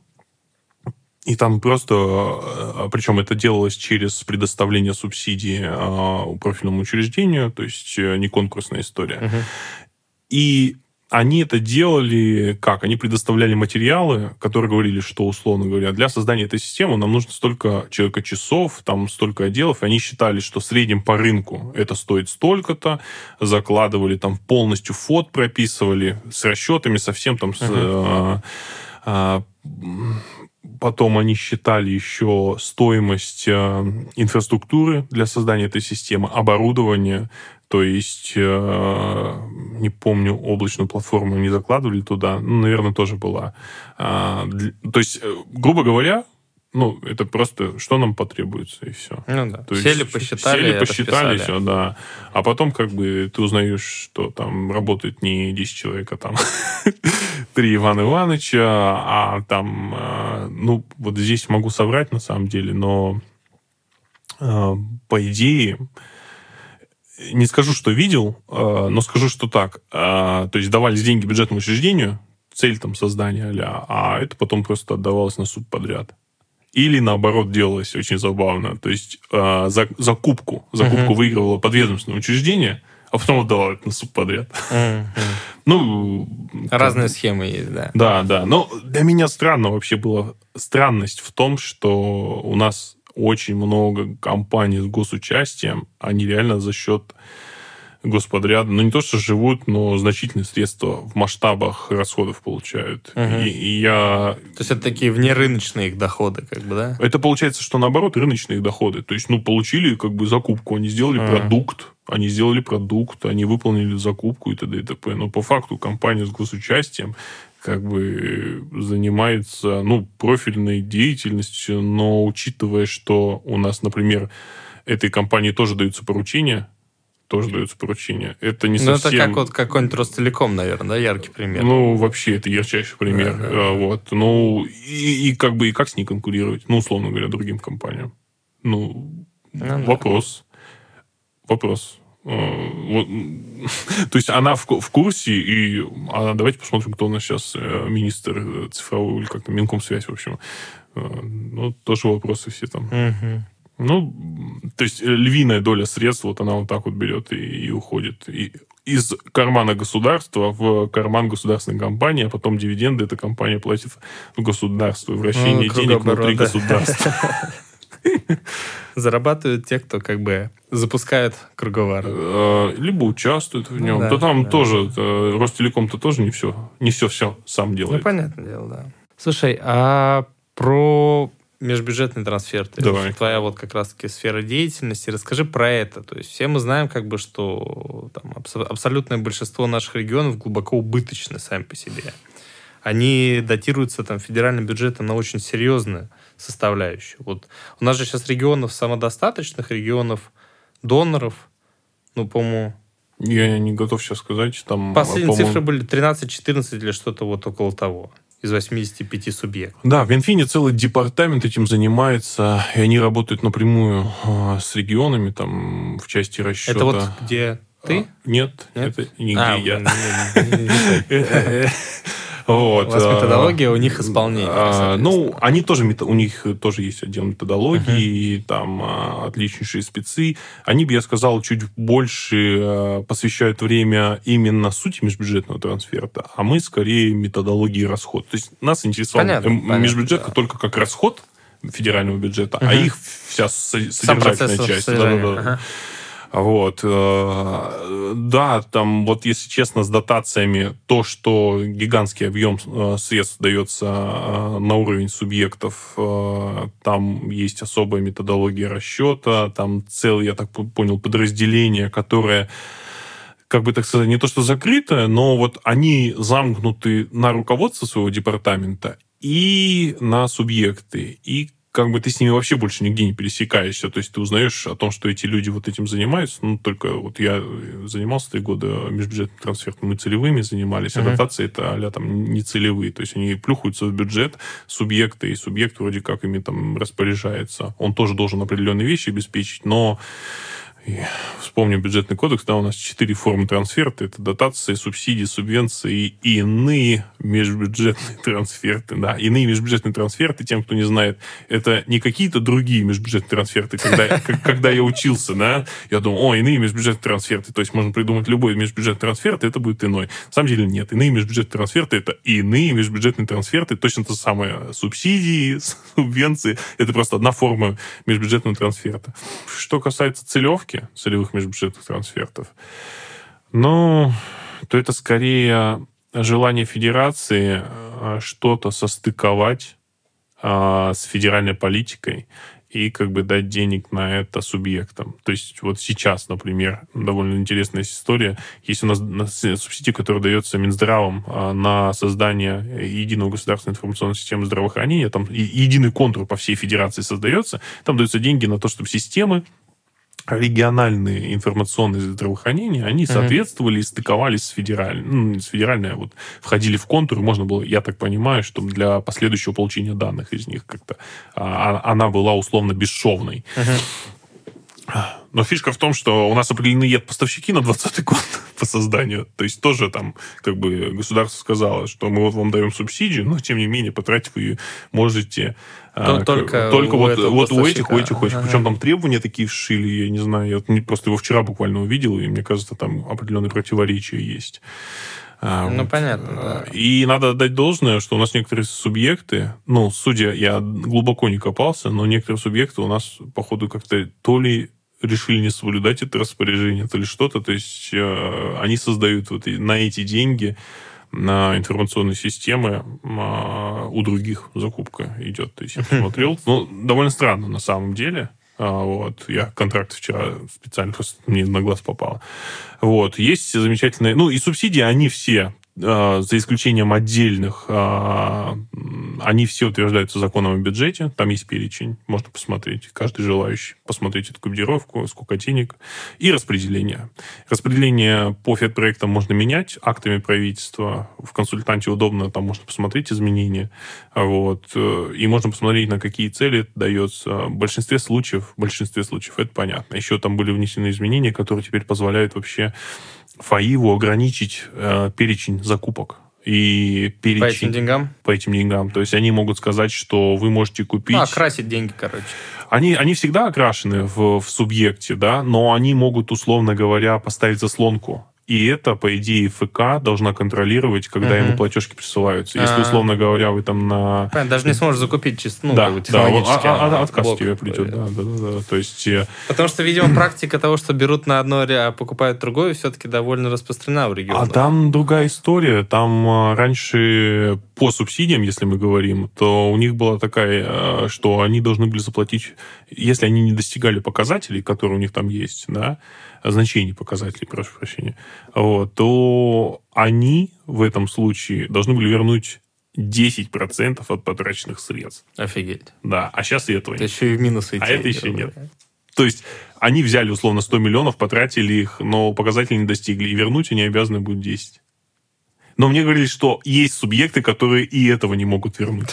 И там просто, причем это делалось через предоставление субсидий профильному учреждению, то есть не конкурсная история. И они это делали как? Они предоставляли материалы, которые говорили, что, условно говоря, для создания этой системы нам нужно столько человека-часов, там столько отделов, и они считали, что в среднем по рынку это стоит столько-то, закладывали там полностью ФОД, прописывали с расчетами, совсем там потом они считали еще стоимость инфраструктуры для создания этой системы, оборудования. То есть, не помню, облачную платформу не закладывали туда. Ну, наверное, тоже была. То есть, грубо говоря, ну, это просто, что нам потребуется, и все. Ну, да. То сели, есть, посчитали, посчитали, все, да. А потом, как бы, ты узнаешь, что там работает не 10 человек, а там 3 Ивана Ивановича, а там, ну, вот здесь могу соврать, на самом деле, но по идее, не скажу, что видел, но скажу, что так. То есть, давались деньги бюджетному учреждению, цель там создания а это потом просто отдавалось на субподряд. Или, наоборот, делалось очень забавно. То есть, закупку выигрывало подведомственное учреждение, а потом отдавало это на субподряд. Ну, разные схемы есть, да. Да. Но для меня странно вообще была странность в том, что у нас очень много компаний с госучастием, они реально за счет господряда, ну, не то, что живут, но значительные средства в масштабах расходов получают. То есть, это такие внерыночные их доходы, как бы, да? Это получается, что, наоборот, рыночные доходы. То есть, ну, получили, как бы, закупку, они сделали продукт, они выполнили закупку и т.д. и т.п. Но по факту компания с госучастием как бы занимается, ну, профильной деятельностью, но учитывая, что у нас, например, этой компании тоже даются поручения, это не совсем... это как вот какой-нибудь Ростелеком, наверное, да, яркий пример. Ну, вообще, это ярчайший пример. Да. Вот. Ну, и как бы, и как с ней конкурировать? Ну, условно говоря, другим компаниям. Вопрос. Вот. То есть, она в курсе, и давайте посмотрим, кто у нас сейчас министр цифровой, или как-то Минкомсвязь, в общем. Ну, тоже вопросы все там. Ну, то есть, львиная доля средств, вот она вот так вот берет и уходит. И из кармана государства в карман государственной компании, а потом дивиденды эта компания платит в государство. Вращение денег внутри государства. Зарабатывают те, кто как бы запускает круговорот. Либо участвуют в нем. То там тоже, Ростелеком-то тоже не все сам делает. Ну, понятное дело, да. Слушай, а про межбюджетный трансфер, твоя вот как раз-таки сфера деятельности, расскажи про это. То есть все мы знаем, как бы, что там, абсолютное большинство наших регионов глубоко убыточны сами по себе. Они датируются там федеральным бюджетом на очень серьезную составляющую. Вот у нас же сейчас регионов самодостаточных, регионов доноров, ну, по-моему... Я не готов сейчас сказать. Там, последние цифры были 13-14 или что-то вот около того. Из 85 субъектов. Да, в Минфине целый департамент этим занимается, и они работают напрямую с регионами, там, в части расчета. Это вот где ты? Нет, это нигде я. Вот. У вас методология, у них исполнение. Ну, они тоже, у них тоже есть отдел методологии, там отличнейшие спецы. Они, я сказал, чуть больше посвящают время именно сути межбюджетного трансферта, а мы скорее методологии расход. То есть нас интересовал межбюджетка только как расход федерального бюджета, а их вся содержательная часть. Вот. Да, там вот, если честно, с дотациями то, что гигантский объем средств дается на уровень субъектов, там есть особая методология расчета, там целое, я так понял, подразделение, которое, как бы так сказать, не то что закрытое, но вот они замкнуты на руководство своего департамента и на субъекты, и как бы ты с ними вообще больше нигде не пересекаешься. То есть ты узнаешь о том, что эти люди вот этим занимаются. Ну, только вот я занимался 3 года межбюджетным трансфертом, мы целевыми занимались, а дотации это а-ля там не целевые. То есть они плюхаются в бюджет субъекта, и субъект вроде как ими там распоряжается. Он тоже должен определенные вещи обеспечить, но Вспомню бюджетный кодекс, да, у нас 4 формы трансферта. Это дотации, субсидии, субвенции и иные межбюджетные трансферты. Да, иные межбюджетные трансферты, тем, кто не знает, это не какие-то другие межбюджетные трансферты. Когда я учился, да, я думал, иные межбюджетные трансферты. То есть можно придумать любой межбюджетный трансферт, и это будет иной. На самом деле нет. Иные межбюджетные трансферты – это иные межбюджетные трансферты. Точно то самое. Субсидии, субвенции – это просто одна форма межбюджетного трансферта. Что касается целевых межбюджетных трансфертов, то это скорее желание федерации что-то состыковать с федеральной политикой и дать денег на это субъектам. То есть вот сейчас, например, довольно интересная история. Есть у нас субсидия, которая дается Минздравом на создание единого государственной информационной системы здравоохранения. Там единый контур по всей федерации создается. Там даются деньги на то, чтобы системы региональные информационные здравоохранения, они соответствовали и стыковались с федеральной. С федеральной входили в контур, можно было, я так понимаю, что для последующего получения данных из них как-то она была условно бесшовной. Но фишка в том, что у нас определены поставщики на 2020 год по созданию. То есть тоже там государство сказало, что мы вам даем субсидию, но тем не менее потратить вы можете только у этих. Причем там требования такие вшили, я не знаю, я просто его вчера буквально увидел, и мне кажется, там определенные противоречия есть. Понятно, да. И надо отдать должное, что у нас некоторые субъекты, я глубоко не копался, но некоторые субъекты у нас, походу, как-то то ли решили не соблюдать это распоряжение, то ли что-то. То есть они создают на эти деньги, на информационные системы, у других закупка идет. То есть я посмотрел. Довольно странно на самом деле. Я контракт вчера специально, просто мне на глаз попало. Есть замечательные... и субсидии, они все, за исключением отдельных, они все утверждаются законом о бюджете. Там есть перечень, можно посмотреть. Каждый желающий посмотреть эту кодировку, сколько денег. И распределение. Распределение по федпроектам можно менять актами правительства. В консультанте удобно, там можно посмотреть изменения. И можно посмотреть, на какие цели это дается. В большинстве случаев это понятно. Еще там были внесены изменения, которые теперь позволяют вообще ФАИВу ограничить перечень закупок. И перечень... По этим деньгам? По этим деньгам. То есть они могут сказать, что вы можете купить... окрасить деньги, короче. Они всегда окрашены в субъекте, да, но они могут, условно говоря, поставить заслонку. И это, по идее, ФК должна контролировать, когда ему платежки присылаются. Если, условно говоря, вы там на... Понятно, даже не сможешь закупить чисто, технологически. Отказ тебе придет, да. То есть... Потому что, видимо, практика того, что берут на одно, а покупают другое, все-таки довольно распространена в регионах. А там другая история. Там раньше по субсидиям, если мы говорим, то у них была такая, что они должны были заплатить, если они не достигали показателей, которые у них там есть, да, значений показателей, прошу прощения, то они в этом случае должны были вернуть 10% от потраченных средств. Офигеть. Да, а сейчас и этого нет. Это еще и в минус идти. А это еще нет. То есть они взяли, условно, 100 миллионов, потратили их, но показатели не достигли, и вернуть они обязаны будут 10. Но мне говорили, что есть субъекты, которые и этого не могут вернуть.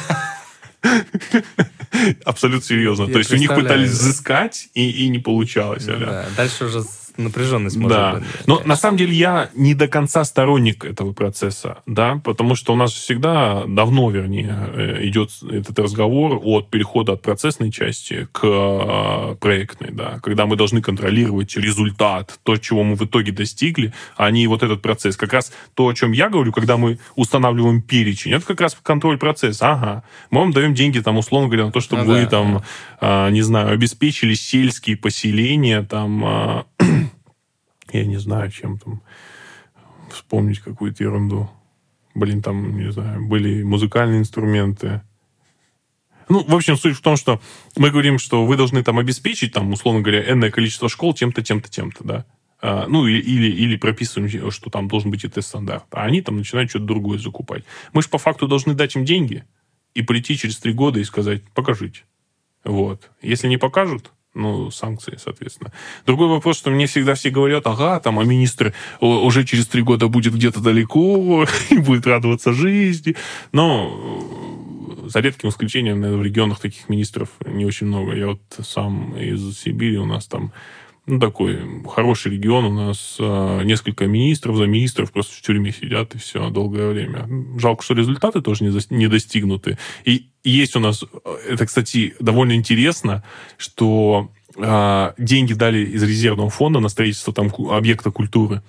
Абсолютно серьезно. То есть у них пытались взыскать, и не получалось. Дальше уже напряженность может быть. Но на самом деле я не до конца сторонник этого процесса, да, потому что у нас всегда, давно, вернее, идет этот разговор от перехода от процессной части к проектной, да, когда мы должны контролировать результат, то, чего мы в итоге достигли, а не этот процесс. Как раз то, о чем я говорю, когда мы устанавливаем перечень, это как раз контроль процесса. Ага, мы вам даем деньги, там, условно говоря, на то, чтобы вы не знаю, обеспечили сельские поселения, там, я не знаю, чем там, вспомнить какую-то ерунду. Там, не знаю, были музыкальные инструменты. В общем, суть в том, что мы говорим, что вы должны там обеспечить, там, условно говоря, энное количество школ тем-то, тем-то, тем-то, да. Или прописываем, что там должен быть ИТ-стандарт. А они там начинают что-то другое закупать. Мы же по факту должны дать им деньги и прийти через 3 года и сказать, покажите. Если не покажут, санкции, соответственно. Другой вопрос, что мне всегда все говорят, а министр уже через 3 года будет где-то далеко и будет радоваться жизни. Но за редким исключением, наверное, в регионах таких министров не очень много. Я сам из Сибири, у нас там такой хороший регион. У нас несколько министров, замминистров просто в тюрьме сидят, и все, долгое время. Жалко, что результаты тоже не достигнуты. И есть у нас... Это, кстати, довольно интересно, что деньги дали из резервного фонда на строительство там объекта культуры.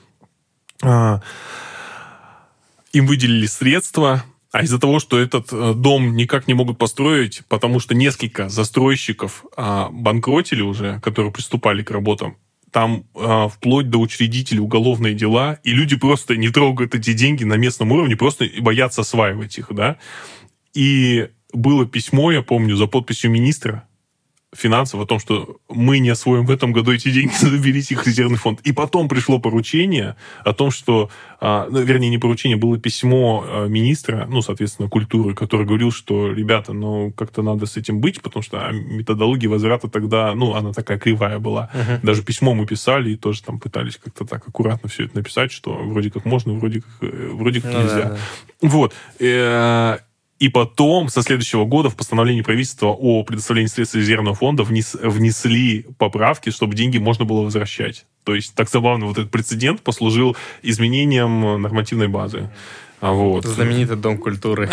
Им выделили средства, а из-за того, что этот дом никак не могут построить, потому что несколько застройщиков банкротили уже, которые приступали к работам, там вплоть до учредителей уголовные дела, и люди просто не трогают эти деньги на местном уровне, просто боятся осваивать их, да. И было письмо, я помню, за подписью министра финансов о том, что мы не освоим в этом году эти деньги, заберите их в резервный фонд. И потом пришло поручение о том, что, вернее, не поручение, было письмо министра, соответственно, культуры, который говорил, что, ребята, как-то надо с этим быть, потому что методология возврата тогда, она такая кривая была. Даже письмо мы писали и тоже там пытались как-то так аккуратно все это написать, что вроде как можно, вроде как нельзя. Да. Вот. И потом, со следующего года, в постановлении правительства о предоставлении средств резервного фонда внесли поправки, чтобы деньги можно было возвращать. То есть, так забавно, вот этот прецедент послужил изменением нормативной базы. Вот. Знаменитый Дом культуры.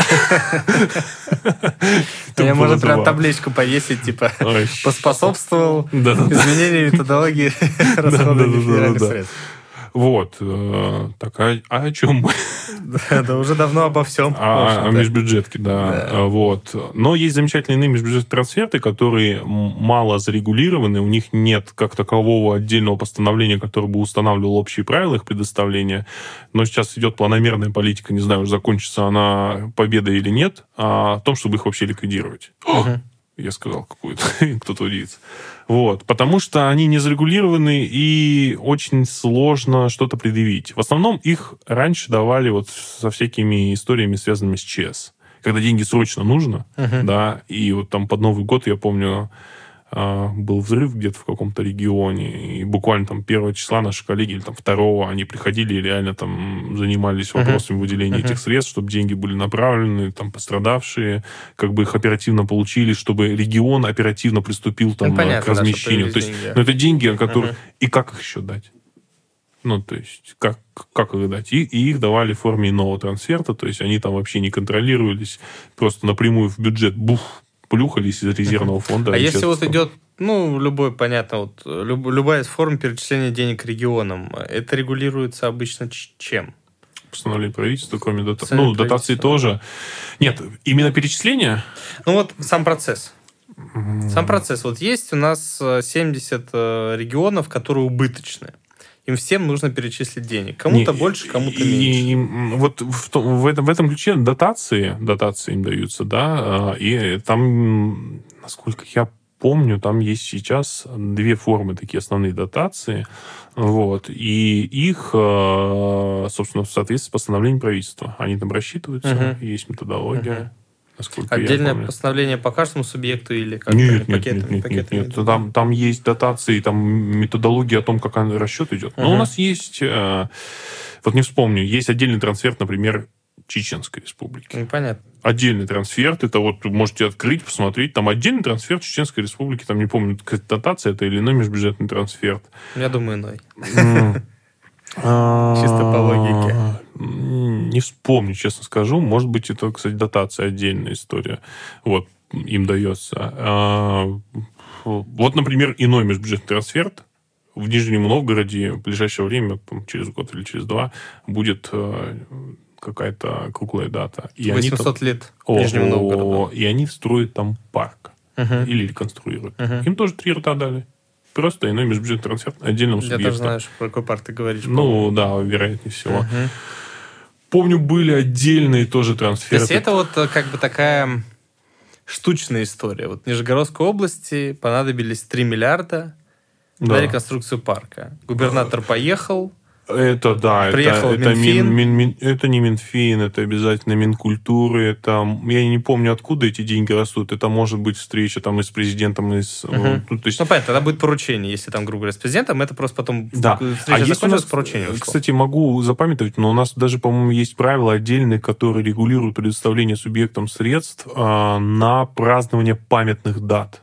Я, может, прям табличку повесить, типа, поспособствовал изменению методологии расхода федеральных средств. Вот. Так, а о чем мы? Да, уже давно обо всем. О межбюджетке, да. Вот. Но есть замечательные иные межбюджетные трансферты, которые мало зарегулированы, у них нет как такового отдельного постановления, которое бы устанавливало общие правила их предоставления. Но сейчас идет планомерная политика, не знаю, уже закончится она победой или нет, о том, чтобы их вообще ликвидировать. Я сказал какую-то, кто-то удивится. Вот. Потому что они не зарегулированы и очень сложно что-то предъявить. В основном их раньше давали вот со всякими историями, связанными с ЧС. Когда деньги срочно нужно, да, и вот там под Новый год, я помню, был взрыв где-то в каком-то регионе, и буквально там 1 числа наши коллеги, или там 2, они приходили и реально там занимались вопросами выделения этих средств, чтобы деньги были направлены, там пострадавшие, как бы их оперативно получили, чтобы регион оперативно приступил там к размещению. То есть, это деньги, о которых... И как их еще дать? То есть, как их дать? И их давали в форме иного трансферта, то есть, они там вообще не контролировались, просто напрямую в бюджет, плюхались из резервного фонда. А если вот идет, любой, понятно, любая из форм перечисления денег регионам, это регулируется обычно чем? Постановление правительства, кроме дотации. Дотации тоже. Нет, именно перечисления? Сам процесс. Сам процесс. Вот есть у нас 70 регионов, которые убыточны. Им всем нужно перечислить денег. Кому-то больше, кому-то меньше. И вот в этом ключе дотации им даются, да, и там, насколько я помню, там есть сейчас 2 формы такие основные дотации, вот, и их, собственно, в соответствии с постановлением правительства. Они там рассчитываются, есть методология. Отдельное постановление по каждому субъекту или как Нет. Там есть дотации, там методология о том, как расчет идет. Но у нас есть, вот не вспомню, есть отдельный трансферт, например, Чеченской Республики. Понятно. Отдельный трансферт, это вот можете открыть, посмотреть, там отдельный трансферт Чеченской Республики, там не помню, дотация это или иной межбюджетный трансферт. Я думаю, иной. Чисто по логике. Не вспомню, честно скажу. Может быть, это, кстати, дотация отдельная история. Вот, им дается. Вот, например, иной межбюджетный трансферт в Нижнем Новгороде в ближайшее время, через год или через 2, будет какая-то круглая дата. 800 лет Нижнему Новгороду. И они строят там парк. Или реконструируют. Им тоже 3 рта дали. Просто иной межбюджетный трансфер отдельному субъекту. Я тоже знаю, про какой парк ты говоришь. Да, вероятнее всего. Помню, были отдельные тоже трансферы. То есть это вот как бы такая штучная история. Вот в Нижегородской области понадобились 3 миллиарда на реконструкцию парка. Губернатор поехал. Это да, приехал это не Минфин, это обязательно Минкультуры, это, я не помню, откуда эти деньги растут, это может быть встреча там и с президентом, и с... то есть... понятно, тогда будет поручение, если там, грубо говоря, с президентом, это просто потом встреча закончилась, поручение ушло. Кстати, могу запамятовать, но у нас даже, по-моему, есть правила отдельные, которые регулируют предоставление субъектам средств на празднование памятных дат.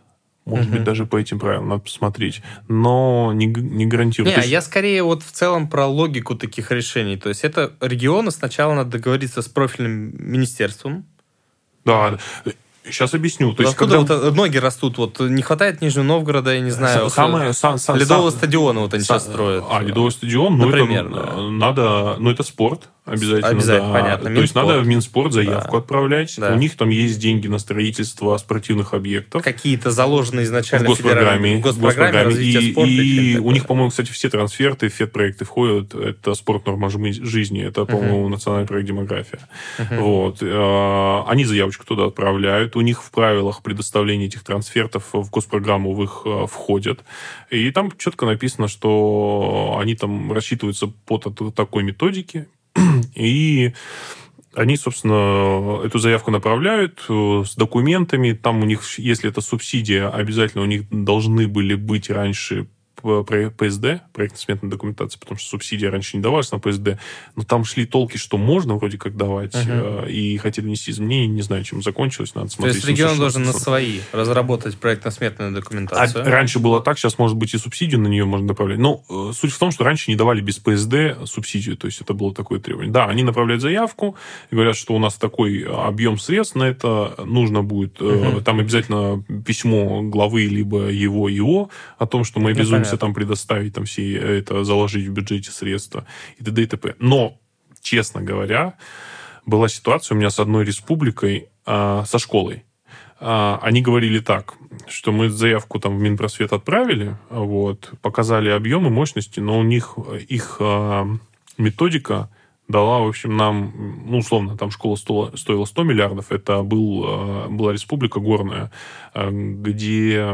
Может быть, даже по этим правилам надо посмотреть. Но не гарантирую. Я скорее вот в целом про логику таких решений. То есть это регионы сначала надо договориться с профильным министерством. Да, сейчас объясню. То есть, откуда вот ноги растут? Вот не хватает Нижнего Новгорода, я не знаю, Ледового стадиона вот они сейчас строят. Ледовый стадион, например, надо, это спорт. Обязательно, да. Понятно. То есть надо в Минспорт заявку отправлять. Да. У них там есть деньги на строительство спортивных объектов. Какие-то заложенные изначально в госпрограмме развития спорта. И у них, по-моему, кстати, все трансферты, федпроекты входят. Это спорт, норма жизни. Это, по-моему, национальный проект демография. Вот. Они заявочку туда отправляют. У них в правилах предоставления этих трансфертов в госпрограмму в их входят. И там четко написано, что они там рассчитываются по такой методике. И они, собственно, эту заявку направляют с документами. Там у них, если это субсидия, обязательно у них должны были быть раньше ПСД, проектно-сметная документация, потому что субсидия раньше не давалась на ПСД, но там шли толки, что можно вроде как давать, и хотели внести изменения, не знаю, чем закончилось, надо смотреть. То есть регион должен на свои разработать проектно-сметную документацию? Раньше было так, сейчас, может быть, и субсидию на нее можно направлять. Но суть в том, что раньше не давали без ПСД субсидию, то есть это было такое требование. Да, они направляют заявку, и говорят, что у нас такой объем средств на это, нужно будет, там обязательно письмо главы, либо его ИО о том, что мы обязуемся там предоставить, там все это заложить в бюджете средства и т.д. и т.п. Но, честно говоря, была ситуация у меня с одной республикой, со школой. Они говорили так, что мы заявку там в Минпросвет отправили, вот, показали объемы, мощности, но у них их методика дала, в общем, нам, условно, там школа стоила 100 миллиардов. Это была республика горная, где,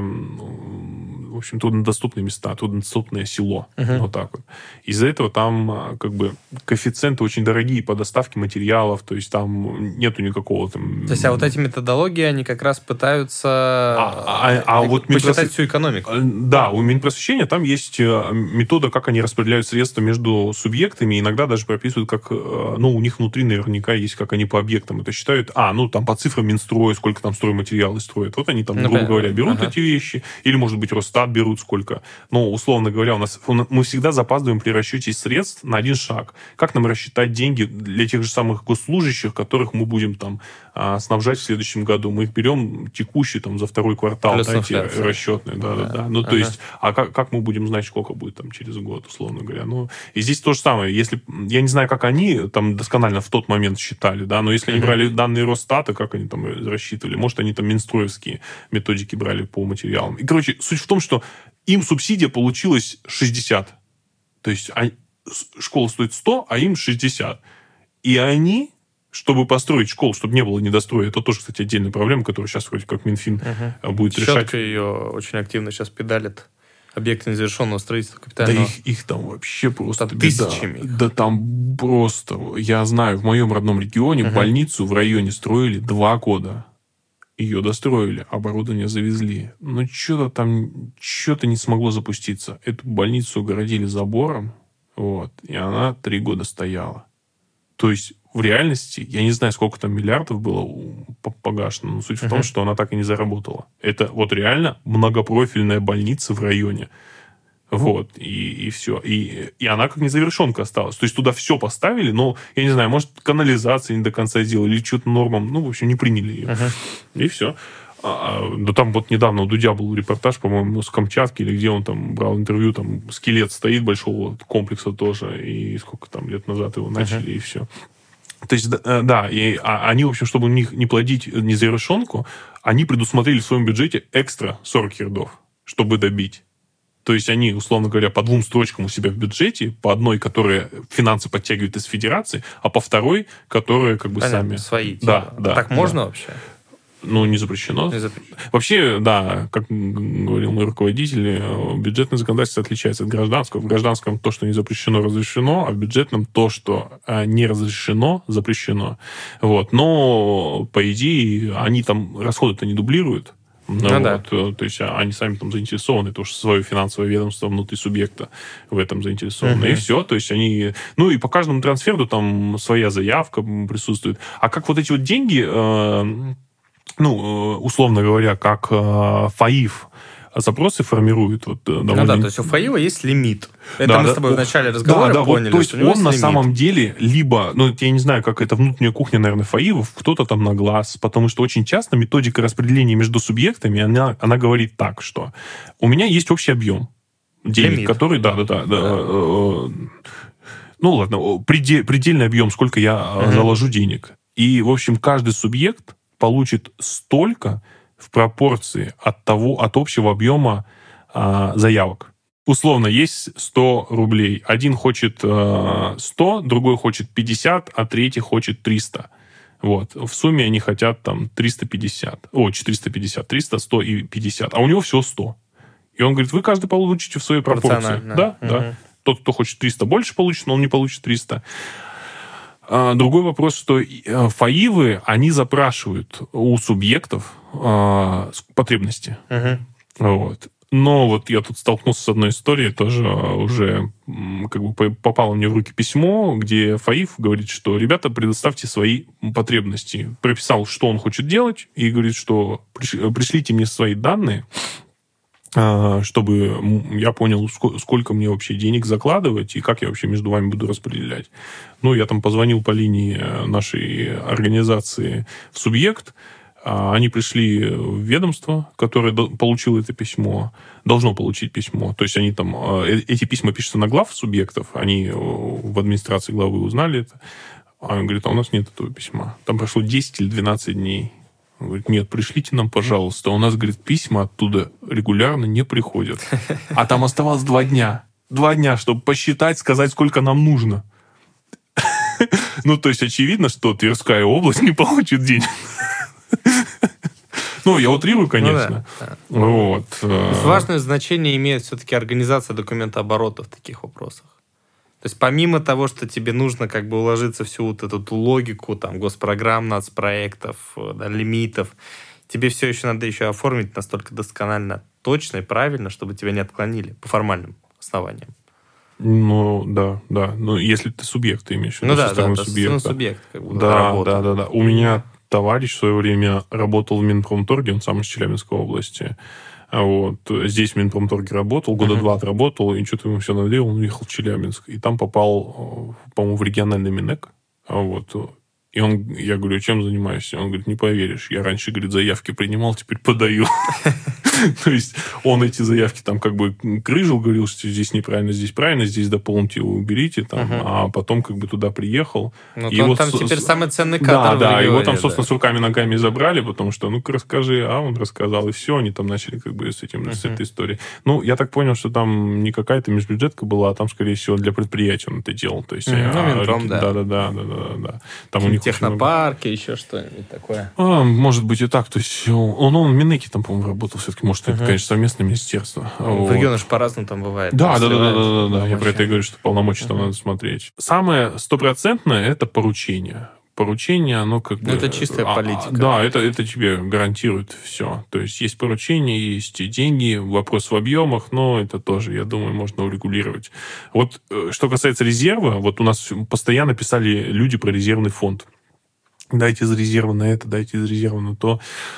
в общем, труднодоступные места, труднодоступное село. Вот так вот. Из-за этого там, как бы, коэффициенты очень дорогие по доставке материалов, то есть там нету никакого там... То есть, вот эти методологии, они как раз пытаются вот посчитать всю экономику. Да, у Минпросвещения там есть метода, как они распределяют средства между субъектами, иногда даже прописывают, как, у них внутри наверняка есть, как они по объектам это считают. Там по цифрам Минстроя, сколько там стройматериалы строят. Вот они там, грубо говоря, берут эти вещи, или, может быть, Росстат берут сколько. Но, условно говоря, мы всегда запаздываем при расчете средств на один шаг. Как нам рассчитать деньги для тех же самых госслужащих, которых мы будем там снабжать в следующем году? Мы их берем текущие там за второй квартал, эти расчетные. Да. То есть, как мы будем знать, сколько будет там через год, условно говоря? И здесь то же самое. Если, я не знаю, как они там досконально в тот момент считали, да, но если они брали данные Росстата, как они там рассчитывали, может, они там минстроевские методики брали по материалам. И, короче, суть в том, что им субсидия получилась 60. То есть школа стоит 100, а им 60. И они, чтобы построить школу, чтобы не было недостроя, это тоже, кстати, отдельная проблема, которую сейчас вроде как Минфин будет решать. Четко ее очень активно сейчас педалит. Объекты незавершенного строительства капитального. Да их там вообще просто тысячами. Да там просто... Я знаю, в моем родном регионе больницу в районе строили 2 года. Ее достроили, оборудование завезли. Но что-то не смогло запуститься. Эту больницу огородили забором, и она 3 года стояла. То есть, в реальности, я не знаю, сколько там миллиардов было погашено, но суть в том, что она так и не заработала. Это реально многопрофильная больница в районе. И все. И она как незавершенка осталась. То есть, туда все поставили, но, я не знаю, может, канализация не до конца сделали, или что-то нормам, в общем, не приняли ее. И все. Да там недавно у Дудя был репортаж, по-моему, с Камчатки, или где он там брал интервью, там скелет стоит большого комплекса тоже, и сколько там лет назад его начали, и все. То есть, да, и они, в общем, чтобы у них не плодить незавершенку, они предусмотрели в своем бюджете экстра 40 ярдов, чтобы добить. То есть, они, условно говоря, по 2 строчкам у себя в бюджете, по одной, которая финансы подтягивает из федерации, а по второй, которая как бы сами... свои. Да. Так можно вообще? Не запрещено. Вообще, да, как говорил мой руководитель, бюджетное законодательство отличается от гражданского. В гражданском то, что не запрещено, разрешено, а в бюджетном то, что не разрешено, запрещено. Но, по идее, они там расходы-то не дублируют. То есть, они сами там заинтересованы, потому что свое финансовое ведомство внутри субъекта в этом заинтересовано. И все. То есть, они... и по каждому трансферу там своя заявка присутствует. А как эти деньги... условно говоря, как ФАИФ запросы формирует. то есть у ФАИФа есть лимит. Это мы с тобой в начале разговора поняли. То есть он на самом деле либо, я не знаю, как это внутренняя кухня, наверное, ФАИФов, кто-то там на глаз, потому что очень часто методика распределения между субъектами, она говорит так, что у меня есть общий объем денег, лимит. Который, предельный объем, сколько я заложу денег. И, в общем, каждый субъект получит столько в пропорции от общего объема заявок. Условно, есть 100 рублей. Один хочет 100, другой хочет 50, а третий хочет 300. Вот. В сумме они хотят там 450, 300, 100 и 50. А у него всего 100. И он говорит, вы каждый получите в своей пропорции. Да. Тот, кто хочет 300, больше получит, но он не получит 300. Другой вопрос, что ФАИВы, они запрашивают у субъектов потребности. Вот. Но я тут столкнулся с одной историей, тоже уже попало мне в руки письмо, где ФАИФ говорит, что, ребята, предоставьте свои потребности. Прописал, что он хочет делать, и говорит, что пришлите мне свои данные, чтобы я понял, сколько мне вообще денег закладывать и как я вообще между вами буду распределять. Я там позвонил по линии нашей организации в субъект. Они пришли в ведомство, которое получило это письмо, должно получить письмо. То есть они там... Эти письма пишутся на глав субъектов, они в администрации главы узнали это. А он говорит, у нас нет этого письма. Там прошло 10 или 12 дней. Он говорит, нет, пришлите нам, пожалуйста. У нас, говорит, письма оттуда регулярно не приходят. А там оставалось 2 дня. 2 дня, чтобы посчитать, сказать, сколько нам нужно. То есть очевидно, что Тверская область не получит денег. Я утрирую, конечно. Важное значение имеет все-таки организация документооборота в таких вопросах. То есть помимо того, что тебе нужно уложиться всю эту логику госпрограмм, нацпроектов, лимитов, тебе все еще надо оформить настолько досконально, точно и правильно, чтобы тебя не отклонили по формальным основаниям. Да. Если ты субъект, ты имеешь в виду, со стороны субъекта. Субъект Да. У меня товарищ в свое время работал в Минпромторге, он сам из Челябинской области. Здесь в Минпромторге работал, года 2 отработал, и что-то ему все надоело, он уехал в Челябинск. И там попал, по-моему, в региональный Минэк. И я говорю, чем занимаешься? Он говорит, не поверишь, я раньше, говорит, заявки принимал, теперь подаю. То есть он эти заявки там крыжил, говорил, что здесь неправильно, здесь правильно, здесь дополните, уберите, а потом туда приехал. Там теперь самый ценный кадр в регионе. Его там, собственно, с руками-ногами забрали, потому что, расскажи, а он рассказал, и все, они там начали с этой историей. Я так понял, что там не какая-то межбюджетка была, а там, скорее всего, для предприятия он это делал. То есть, Минпром, да. Да. Там у них технопарки, еще что-нибудь такое. Может быть и так. То есть он в Минэке там, по-моему, работал все-таки. Может, это, конечно, совместное министерство. В регионах же по-разному там бывает. Да. Я про это и говорю, что полномочия там надо смотреть. Самое стопроцентное – это поручение. Поручение, оно это чистая политика. Да, это тебе гарантирует все. То есть поручение, есть деньги, вопрос в объемах, но это тоже, я думаю, можно урегулировать. Что касается резерва, у нас постоянно писали люди про резервный фонд. Дайте из резерва на это, дайте из резерва на то.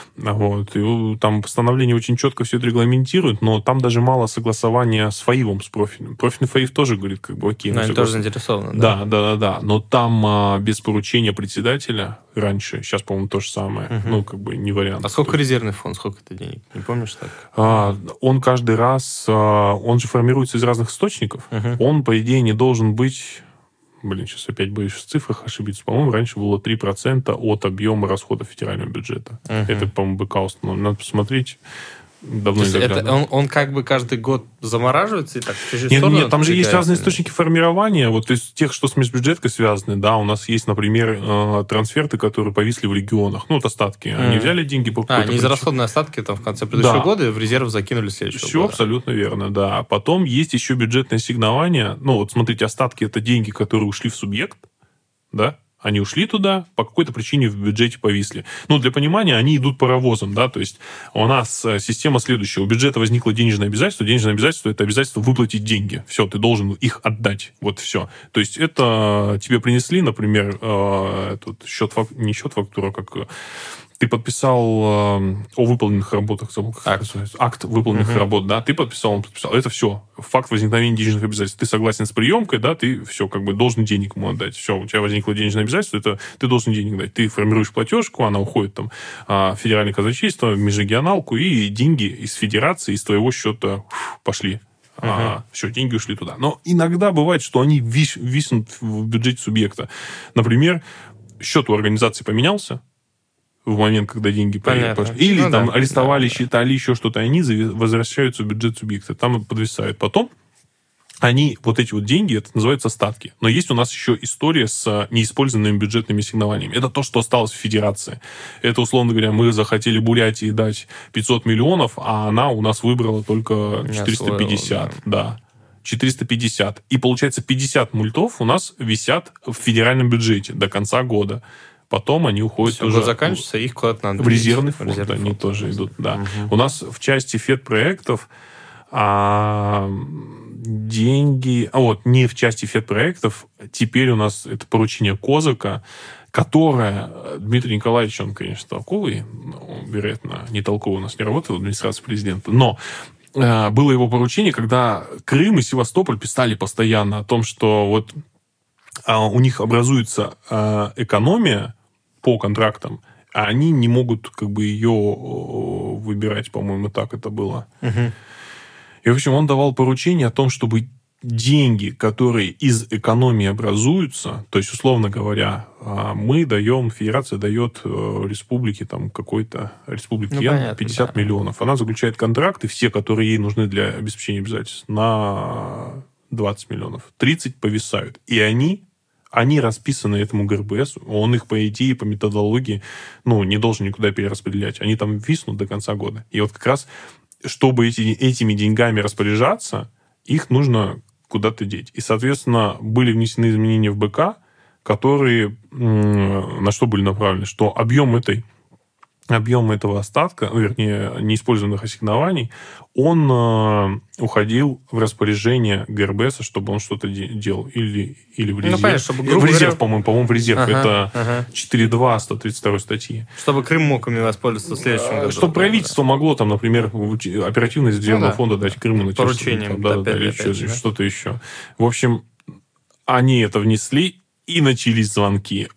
И там постановление очень четко все это регламентирует, но там даже мало согласования с ФАИВом, с профильным. Профильный ФАИВ тоже говорит, окей. Но они тоже заинтересованы, да? Да. Но там без поручения председателя раньше, сейчас, по-моему, то же самое. Не вариант. А сколько резервный фонд, сколько это денег? Не помнишь так? Он каждый раз, он же формируется из разных источников. Он, по идее, не должен быть... сейчас опять боюсь в цифрах ошибиться. По-моему, раньше было 3% от объема расходов федерального бюджета. Это, по-моему, БК установлено. Надо посмотреть. Давно не заглядывал. Он каждый год замораживается и так в чужие стороны? Нет, там же есть разные источники формирования. Из тех, что с межбюджеткой связаны, да, у нас есть, например, трансферты, которые повисли в регионах. остатки. Они взяли деньги по какой-то они израсходные остатки в конце предыдущего года в резерв закинули следующего года. Все абсолютно верно, да. Потом есть еще бюджетное ассигнование. Смотрите, остатки – это деньги, которые ушли в субъект, да, они ушли туда, по какой-то причине в бюджете повисли. Для понимания, они идут паровозом, да, то есть у нас система следующая. У бюджета возникло денежное обязательство. Денежное обязательство – это обязательство выплатить деньги. Все, ты должен их отдать. Все. То есть это тебе принесли, например, не счет фактура, как ты подписал о выполненных работах, забыл, как это называется. Акт выполненных работ, да, ты подписал, он подписал. Это все. Факт возникновения денежных обязательств. Ты согласен с приемкой, да, ты все, как бы должен денег ему отдать. Все, у тебя возникло денежное обязательство, это ты должен денег дать. Ты формируешь платежку, она уходит там в федеральное казначейство, в межрегионалку, и деньги из федерации, из твоего счета пошли. Все, деньги ушли туда. Но иногда бывает, что они виснут в бюджете субъекта. Например, счет у организации поменялся в момент, когда деньги пошли. Или там арестовали счета, или еще что-то. Они возвращаются в бюджет субъекта. Там подвисают. Потом они, вот эти вот деньги, это называется остатки. Но есть у нас еще история с неиспользованными бюджетными ассигнованиями. Это то, что осталось в федерации. Это, условно говоря, мы захотели Бурятии дать 500 миллионов, а она у нас выбрала только 450. Да. 450. И, получается, 50 мультов у нас висят в федеральном бюджете до конца года. Потом они уходят тоже... заканчивается, их куда-то надо... В резервный фонд они тоже идут, да. У нас в части федпроектов деньги... не в части федпроектов. Теперь у нас это поручение Козака, которое... Дмитрий Николаевич, он, конечно, толковый, но, вероятно, не толковый у нас не работал в администрации президента, но было его поручение, когда Крым и Севастополь писали постоянно о том, что вот у них образуется экономия по контрактам, а они не могут как бы ее выбирать, по-моему, так это было. И, в общем, он давал поручение о том, чтобы деньги, которые из экономии образуются, то есть, условно говоря, мы даем, федерация дает республике, там, какой-то республике 50 миллионов. Она заключает контракты, все, которые ей нужны для обеспечения обязательств, на 20 миллионов. 30 повисают. И они расписаны этому ГРБС, он их, по идее, по методологии, не должен никуда перераспределять. Они там виснут до конца года. И вот как раз, чтобы этими деньгами распоряжаться, их нужно куда-то деть. И, соответственно, были внесены изменения в БК, которые на что были направлены? Что объем этого остатка, вернее, неиспользованных ассигнований, он уходил в распоряжение ГРБС, чтобы он что-то делал. Или в резерв. Понятно, чтобы, в резерв, по-моему, в резерв. Это 4.2 132 статьи. Чтобы Крым мог ими воспользоваться в следующем году. Чтобы правительство могло, там, например, оперативно из резервного фонда дать Крыму на поручением. Или что-то еще. В общем, они это внесли, и начались звонки.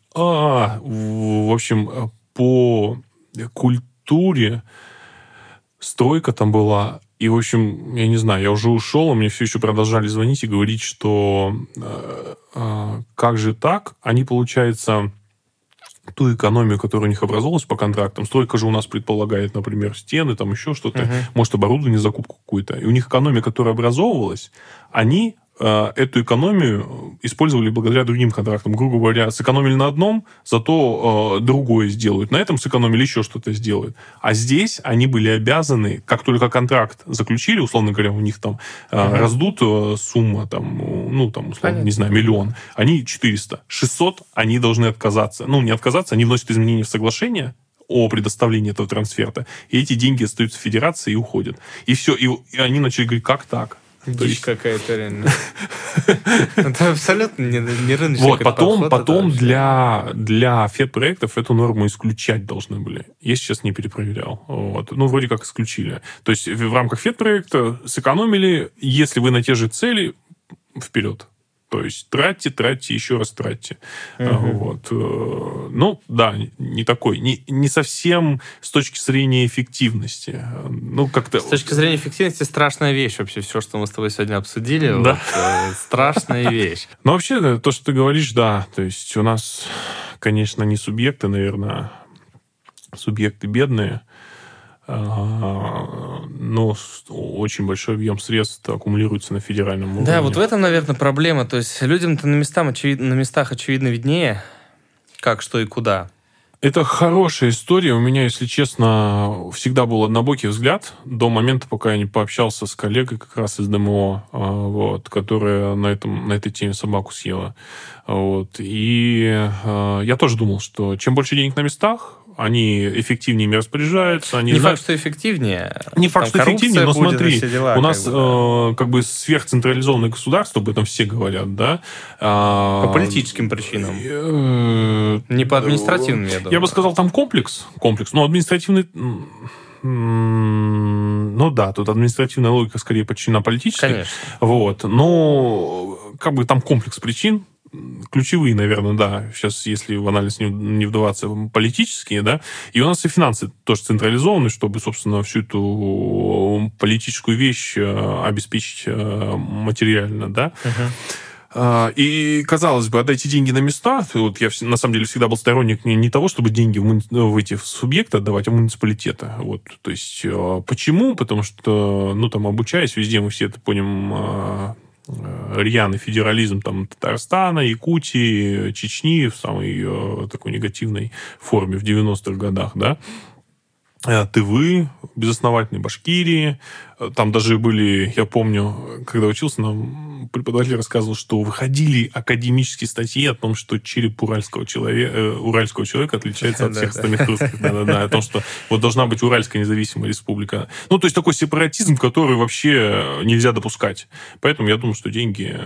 В общем, по культуре стройка там была. И, в общем, я не знаю, я уже ушел, а мне все еще продолжали звонить и говорить, что как же так? Они, получается, ту экономию, которая у них образовалась по контрактам, стройка же у нас предполагает, например, стены, там еще что-то, может, оборудование, закупку какую-то. И у них экономия, которая образовывалась, они эту экономию использовали благодаря другим контрактам. Грубо говоря, сэкономили на одном, зато другое сделают. На этом сэкономили, еще что-то сделают. А здесь они были обязаны, как только контракт заключили, условно говоря, у них там раздут сумма, там, условно, не знаю, 1 миллион, они 400. 600 они должны отказаться. Не отказаться, они вносят изменения в соглашение о предоставлении этого трансферта, и эти деньги остаются в федерации и уходят. И все. И они начали говорить, как так? Дичь какая-то реально. Это абсолютно не рыночный вот, потом для федпроектов эту норму исключать должны были. Я сейчас не перепроверял. Вот. Вроде как исключили. То есть в рамках федпроекта сэкономили, если вы на те же цели, вперед. То есть тратьте, еще раз тратьте. Вот. Не такой. Не совсем с точки зрения эффективности. Как-то... С точки зрения эффективности страшная вещь вообще. Все, что мы с тобой сегодня обсудили. Да. Страшная вещь. Вообще, то, что ты говоришь, да. То есть у нас, конечно, не субъекты, наверное, субъекты бедные. Но очень большой объем средств аккумулируется на федеральном уровне. Да, вот в этом, наверное, проблема. То есть людям-то на местах очевидно виднее, как, что и куда. Это хорошая история. У меня, если честно, всегда был однобокий взгляд до момента, пока я не пообщался с коллегой как раз из ДМО, которая на этой теме собаку съела. И я тоже думал, что чем больше денег на местах, они эффективнее распоряжаются. Они не факт, что эффективнее. Не факт, что эффективнее, но смотри, дела, у нас как бы сверхцентрализованное государство, об этом все говорят, да? По политическим причинам. Не по административным, я думаю. Я бы сказал, там комплекс, но административный... Ну да, тут административная логика скорее подчинена политической. Конечно. Вот. Но как бы там комплекс причин, ключевые, наверное, да, сейчас, если в анализ не вдаваться, политические, да, и у нас и финансы тоже централизованы, чтобы, собственно, всю эту политическую вещь обеспечить материально, да. И, казалось бы, отдайте деньги на места. Вот я, на самом деле, всегда был сторонник не того, чтобы деньги в эти субъекты отдавать, а муниципалитеты. Вот. То есть, почему? Потому что, ну, там, обучаясь, везде мы все это понимаем, рьяный федерализм там Татарстана, Якутии, Чечни в самой такой негативной форме в 90-х годах, да. Тывы, безосновательной Башкирии. Там даже были, я помню, когда учился, нам преподаватель рассказывал, что выходили академические статьи о том, что череп уральского человека отличается от всех остальных русских. Да-да-да. О том, что вот должна быть Уральская независимая республика. Ну, то есть такой сепаратизм, который вообще нельзя допускать. Поэтому я думаю, что деньги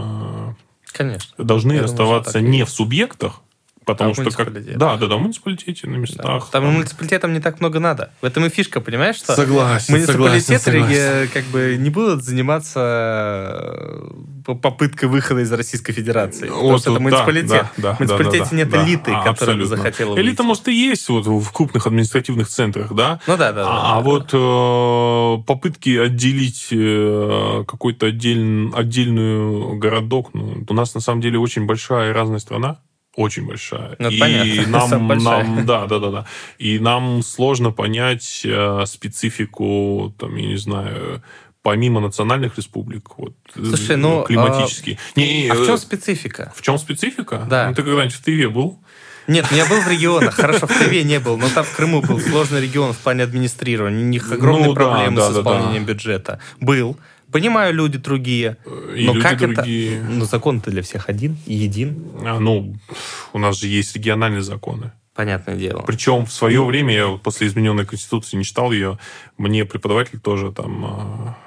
должны оставаться не в субъектах, потому что да, в муниципалитете, на местах. Там муниципалитетам не так много надо. В этом и фишка, понимаешь, что муниципалитеты как бы не будут заниматься попыткой выхода из Российской Федерации. Потому что это муниципалитет. В муниципалитете нет элиты, которая бы захотела выйти. Элита, может, и есть вот в крупных административных центрах, да? Ну да. А вот попытки отделить какой-то отдельный городок, у нас на самом деле очень большая и разная страна. Очень большая. Ну, и понятно. Да. И нам сложно понять специфику, там, я не знаю, помимо национальных республик, вот, слушай, климатические. А в чем специфика? В чем специфика? Да. Ну, ты когда-нибудь в Тыве был? Нет, я был в регионах. Хорошо, в Тыве не был, но там в Крыму был сложный регион в плане администрирования. У них огромные проблемы с исполнением бюджета. Был. Понимаю, люди другие. И но люди как другие. это? Ну, закон-то для всех один и един. У нас же есть региональные законы. Понятное дело. Причем в свое время, я после измененной Конституции не читал ее, мне преподаватель тоже там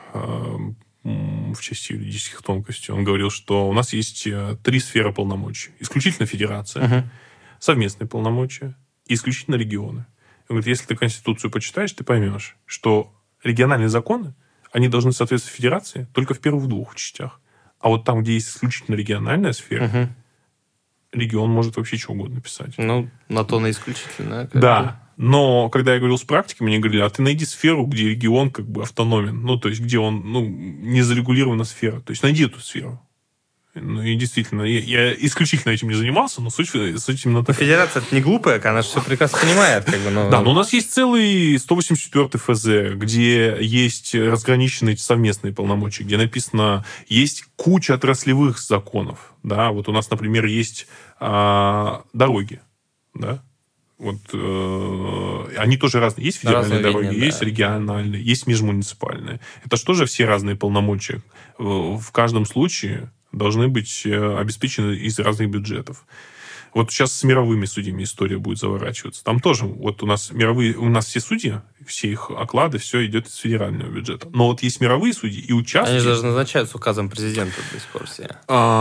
в части юридических тонкостей, он говорил, что у нас есть 3 сферы полномочий. Исключительно федерация, совместные полномочия и исключительно регионы. Он говорит, если ты Конституцию почитаешь, ты поймешь, что региональные законы, они должны соответствовать федерации только в первых 2 частях. А вот там, где есть исключительно региональная сфера, регион может вообще что угодно писать. Ну, на то на исключительно. Да. Но когда я говорил с практиками, мне говорили, а ты найди сферу, где регион как бы автономен. Ну, то есть, где он, не зарегулирована сфера. То есть, найди эту сферу. Ну, и действительно, я исключительно этим не занимался, но суть именно такая. Федерация это не глупая, она же все прекрасно понимает. Да, но у нас есть целый 184 ФЗ, где есть разграниченные совместные полномочия, где написано, есть куча отраслевых законов. Да, вот у нас, например, есть дороги, да. Вот они тоже разные. Есть федеральные дороги, есть региональные, есть межмуниципальные. Это же тоже все разные полномочия. В каждом случае должны быть обеспечены из разных бюджетов. Вот сейчас с мировыми судьями история будет заворачиваться. Там тоже вот у нас все судьи, все их оклады, все идет из федерального бюджета. Но вот есть мировые судьи и участки. Они же даже назначаются указом президента до сих пор все.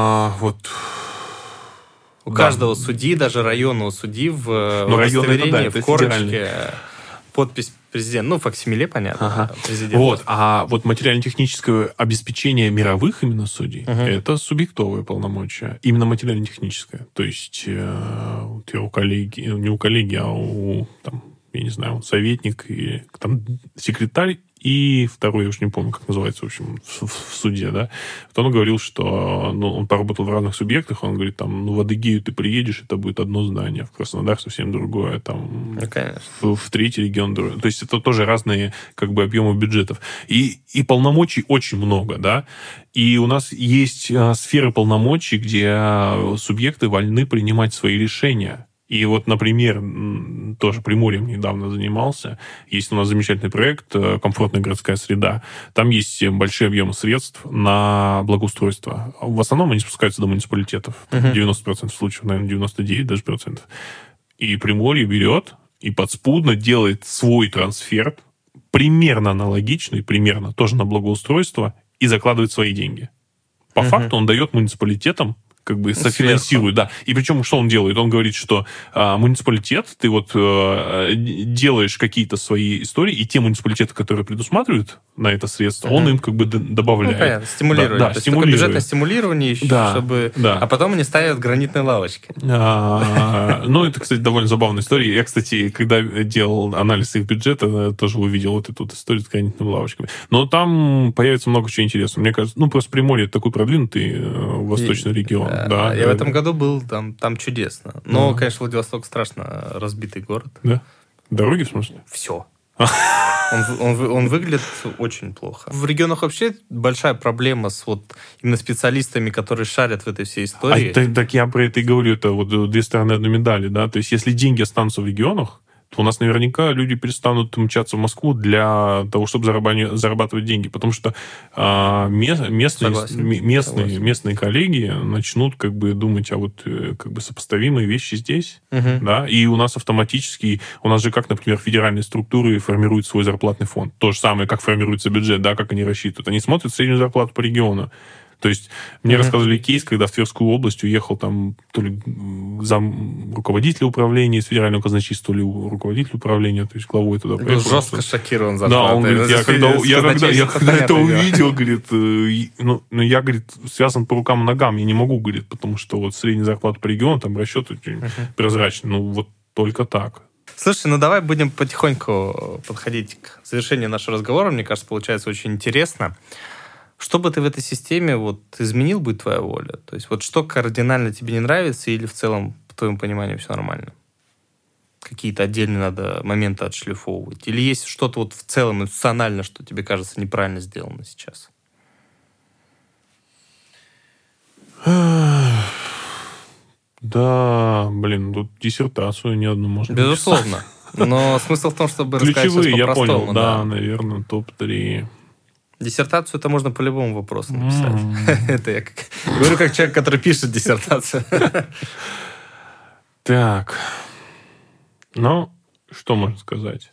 У каждого судьи, даже районного судьи в удостоверении, в корочке подпись президента. Ну, факсимиле, понятно. Президента. Вот. А вот материально-техническое обеспечение мировых именно судей, это субъектовые полномочия. Именно материально-техническое. То есть у коллеги, не у коллеги, а у, там, я не знаю, советник и там секретарь и второй, я уж не помню, как называется, в общем, в суде, да. Вот он говорил, что он поработал в разных субъектах, он говорит, там, в Адыгею ты приедешь, это будет одно здание, в Краснодар совсем другое, там, в третий регион другое. То есть это тоже разные, как бы, объемы бюджетов. И полномочий очень много, да. И у нас есть сферы полномочий, где субъекты вольны принимать свои решения. И вот, например, тоже Приморьем недавно занимался. Есть у нас замечательный проект «Комфортная городская среда». Там есть большие объемы средств на благоустройство. В основном они спускаются до муниципалитетов. 90% случаев, наверное, 99% даже процентов. И Приморье берет и подспудно делает свой трансфер, примерно аналогичный, примерно тоже на благоустройство, и закладывает свои деньги. По факту он дает муниципалитетам, как бы софинансирует, да. И причем, что он делает? Он говорит, что муниципалитет, ты вот делаешь какие-то свои истории, и те муниципалитеты, которые предусматривают на это средство, он им как бы добавляет. Ну, понятно, стимулирует. Да, то стимулирует. Есть бюджетное стимулирование еще, чтобы... Да. А потом они ставят гранитные лавочки. Ну, это, кстати, довольно забавная история. Я, кстати, когда делал анализ их бюджета, тоже увидел вот эту вот историю с гранитными лавочками. Но там появится много чего интересного. Мне кажется, ну, просто Приморье такой продвинутый восточный регион. Да, я в этом году был, там чудесно. Но, конечно, Владивосток страшно разбитый город. Да? Дороги, в смысле? Все. Он выглядит очень плохо. В регионах вообще большая проблема с вот именно специалистами, которые шарят в этой всей истории. Так я про это и говорю, это вот две стороны одной медали, да. То есть, если деньги останутся в регионах, то у нас наверняка люди перестанут мчаться в Москву для того, чтобы зарабатывать деньги. Потому что местные коллеги начнут как бы думать, а вот как бы сопоставимые вещи здесь. Да? И у нас автоматически, у нас же как, например, федеральные структуры формируют свой зарплатный фонд. То же самое, как формируется бюджет, да, как они рассчитывают. Они смотрят среднюю зарплату по региону. То есть мне рассказывали кейс, когда в Тверскую область уехал там то ли зам руководителя управления из федерального казначейства, то ли руководитель управления, то есть главой туда поехал. Жестко шокирован зарплатой. Да, он говорит, я когда это увидел, говорит, я, говорит, связан по рукам и ногам, я не могу, говорит, потому что вот средняя зарплата по региону, там расчет очень прозрачный. Ну, вот только так. Слушай, ну давай будем потихоньку подходить к завершению нашего разговора. Мне кажется, получается очень интересно. Что бы ты в этой системе вот изменил, будет твоя воля? То есть вот что кардинально тебе не нравится или в целом, по твоему пониманию, все нормально? Какие-то отдельные надо моменты отшлифовывать? Или есть что-то вот в целом институционально, что тебе кажется неправильно сделано сейчас? Да, блин, тут диссертацию не одну можно Безусловно. написать. Но смысл в том, чтобы рассказать ключевые, сейчас по-простому. Я понял, да, наверное, топ-3. Диссертацию это можно по любому вопросу написать. Это я говорю как человек, который пишет диссертацию. Так. Ну, что можно сказать?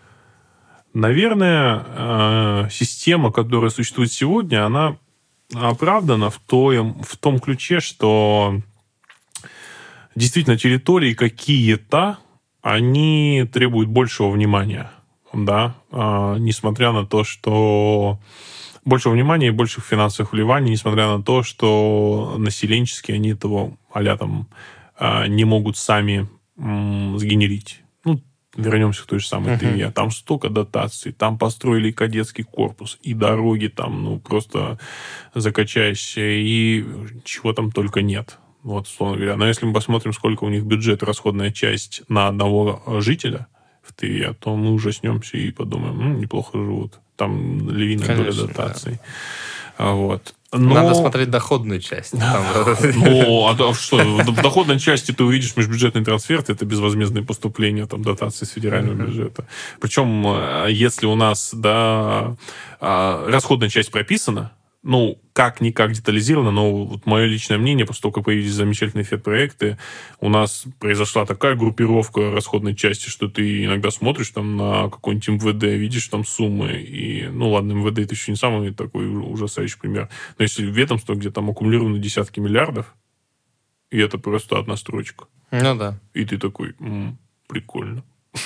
Наверное, система, которая существует сегодня, она оправдана в том ключе, что действительно территории какие-то, они требуют большего внимания. Да, несмотря на то, что большего внимания и больших финансовых вливаний, несмотря на то, что населенчески они этого а-ля там не могут сами сгенерить. Ну, вернемся к той же самой ТВЕ. Там столько дотаций, там построили кадетский корпус, и дороги там, ну, просто закачаешься, и чего там только нет. Вот, условно говоря. Но если мы посмотрим, сколько у них бюджет, расходная часть на одного жителя в ТВЕ, то мы ужаснемся и подумаем, неплохо живут. Там львиная доля дотаций. Да. Вот. Но... Надо смотреть доходную часть. Ну, а что? В доходной части ты увидишь межбюджетный трансфер, это безвозмездные поступления, там, дотации с федерального бюджета. Причем, если у нас, да, расходная часть прописана, ну, как-никак детализировано, но вот мое личное мнение, после того, как появились замечательные федпроекты, у нас произошла такая группировка расходной части, что ты иногда смотришь там на какой-нибудь МВД, видишь там суммы, и, ну, ладно, МВД это еще не самый такой ужасающий пример, но если ведомство, где там аккумулированы десятки миллиардов, и это просто одна строчка. Ну, да. И ты такой, прикольно.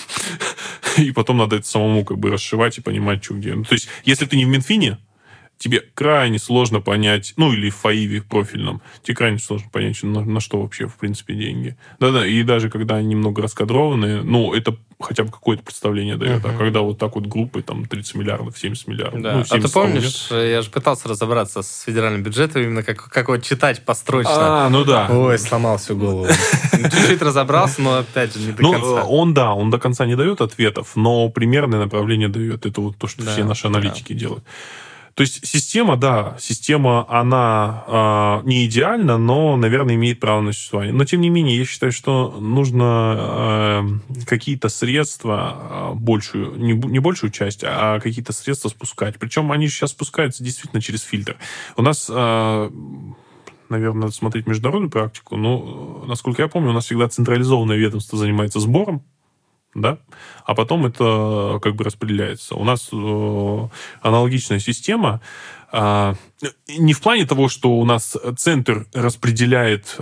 И потом надо это самому как бы расшивать и понимать, что где. Ну, то есть, если ты не в Минфине, тебе крайне сложно понять, ну, или в ФАИВе в профильном, тебе крайне сложно понять, на что вообще, в принципе, деньги. Да-да, и даже когда они немного раскадрованные, ну, это хотя бы какое-то представление дает. А когда вот так вот группой, там, 30 миллиардов, 70 миллиардов. Да. Ну, 70, а ты помнишь, я же пытался разобраться с федеральным бюджетом, именно как вот читать построчно. Ну да. Ой, сломал всю голову. Чуть-чуть разобрался, но, опять же, не до конца. Он до конца не дает ответов, но примерное направление дает. Это вот то, что все наши аналитики делают. То есть система, она не идеальна, но, наверное, имеет право на существование. Но, тем не менее, я считаю, что нужно какие-то средства, не большую часть, а какие-то средства спускать. Причем они сейчас спускаются действительно через фильтр. У нас, наверное, надо смотреть международную практику, но, насколько я помню, у нас всегда централизованное ведомство занимается сбором, да, а потом это как бы распределяется. У нас аналогичная система, не в плане того, что у нас центр распределяет,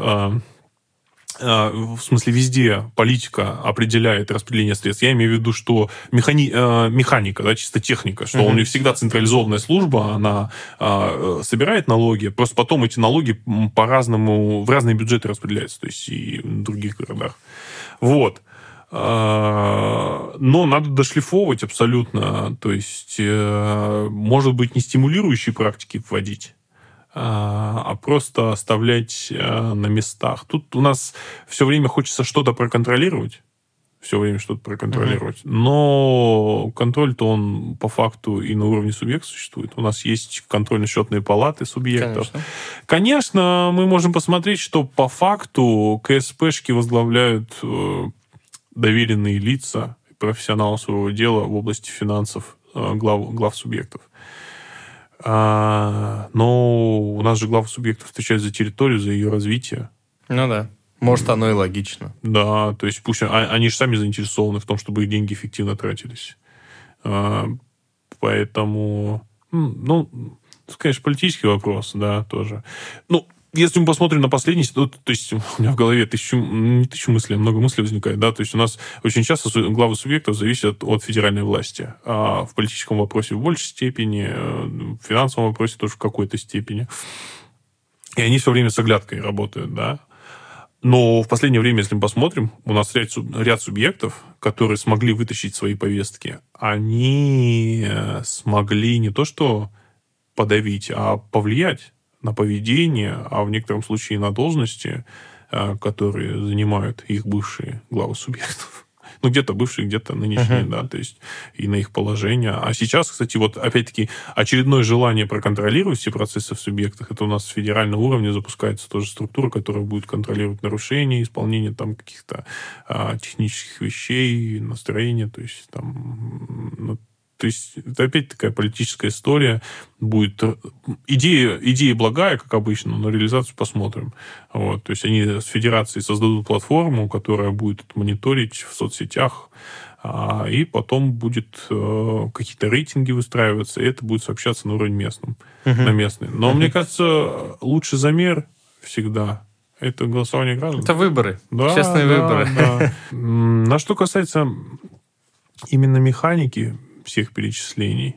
в смысле везде политика определяет распределение средств. Я имею в виду, что механика, да, чисто техника, что у них всегда централизованная служба, она собирает налоги, просто потом эти налоги по-разному в разные бюджеты распределяются, то есть и в других городах. Вот. Но надо дошлифовывать абсолютно. То есть, может быть, не стимулирующие практики вводить, а просто оставлять на местах. Тут у нас все время хочется что-то проконтролировать. Но контроль-то он по факту и на уровне субъекта существует. У нас есть контрольно-счетные палаты субъектов. Конечно, мы можем посмотреть, что по факту КСПшки возглавляют доверенные лица, профессионалы своего дела в области финансов, глав субъектов. Но у нас же главы субъектов отвечают за территорию, за ее развитие. Ну да. Может, оно и логично. Да, то есть пусть они же сами заинтересованы в том, чтобы их деньги эффективно тратились. Поэтому, конечно, политический вопрос, да, тоже. Если мы посмотрим на последний, то есть у меня в голове не тысячу мыслей, а много мыслей возникает, да, то есть у нас очень часто главы субъектов зависят от федеральной власти, а в политическом вопросе в большей степени, в финансовом вопросе тоже в какой-то степени. И они все время с оглядкой работают, да. Но в последнее время, если мы посмотрим, у нас ряд субъектов, которые смогли вытащить свои повестки, они смогли не то что подавить, а повлиять на поведение, а в некотором случае на должности, которые занимают их бывшие главы субъектов. Где-то бывшие, где-то нынешние, да, то есть и на их положение. А сейчас, кстати, вот опять-таки очередное желание проконтролировать все процессы в субъектах, это у нас с федерального уровня запускается тоже структура, которая будет контролировать нарушения, исполнение там каких-то технических вещей, настроения, то есть там... То есть это опять такая политическая история. Будет идея благая, как обычно, но реализацию посмотрим. Вот. То есть они с федерацией создадут платформу, которая будет мониторить в соцсетях, и потом будет какие-то рейтинги выстраиваться, и это будет сообщаться на уровень на местный. Но мне кажется, лучший замер всегда это голосование граждан. Это выборы. Да, честные выборы. Да. На что касается именно механики всех перечислений.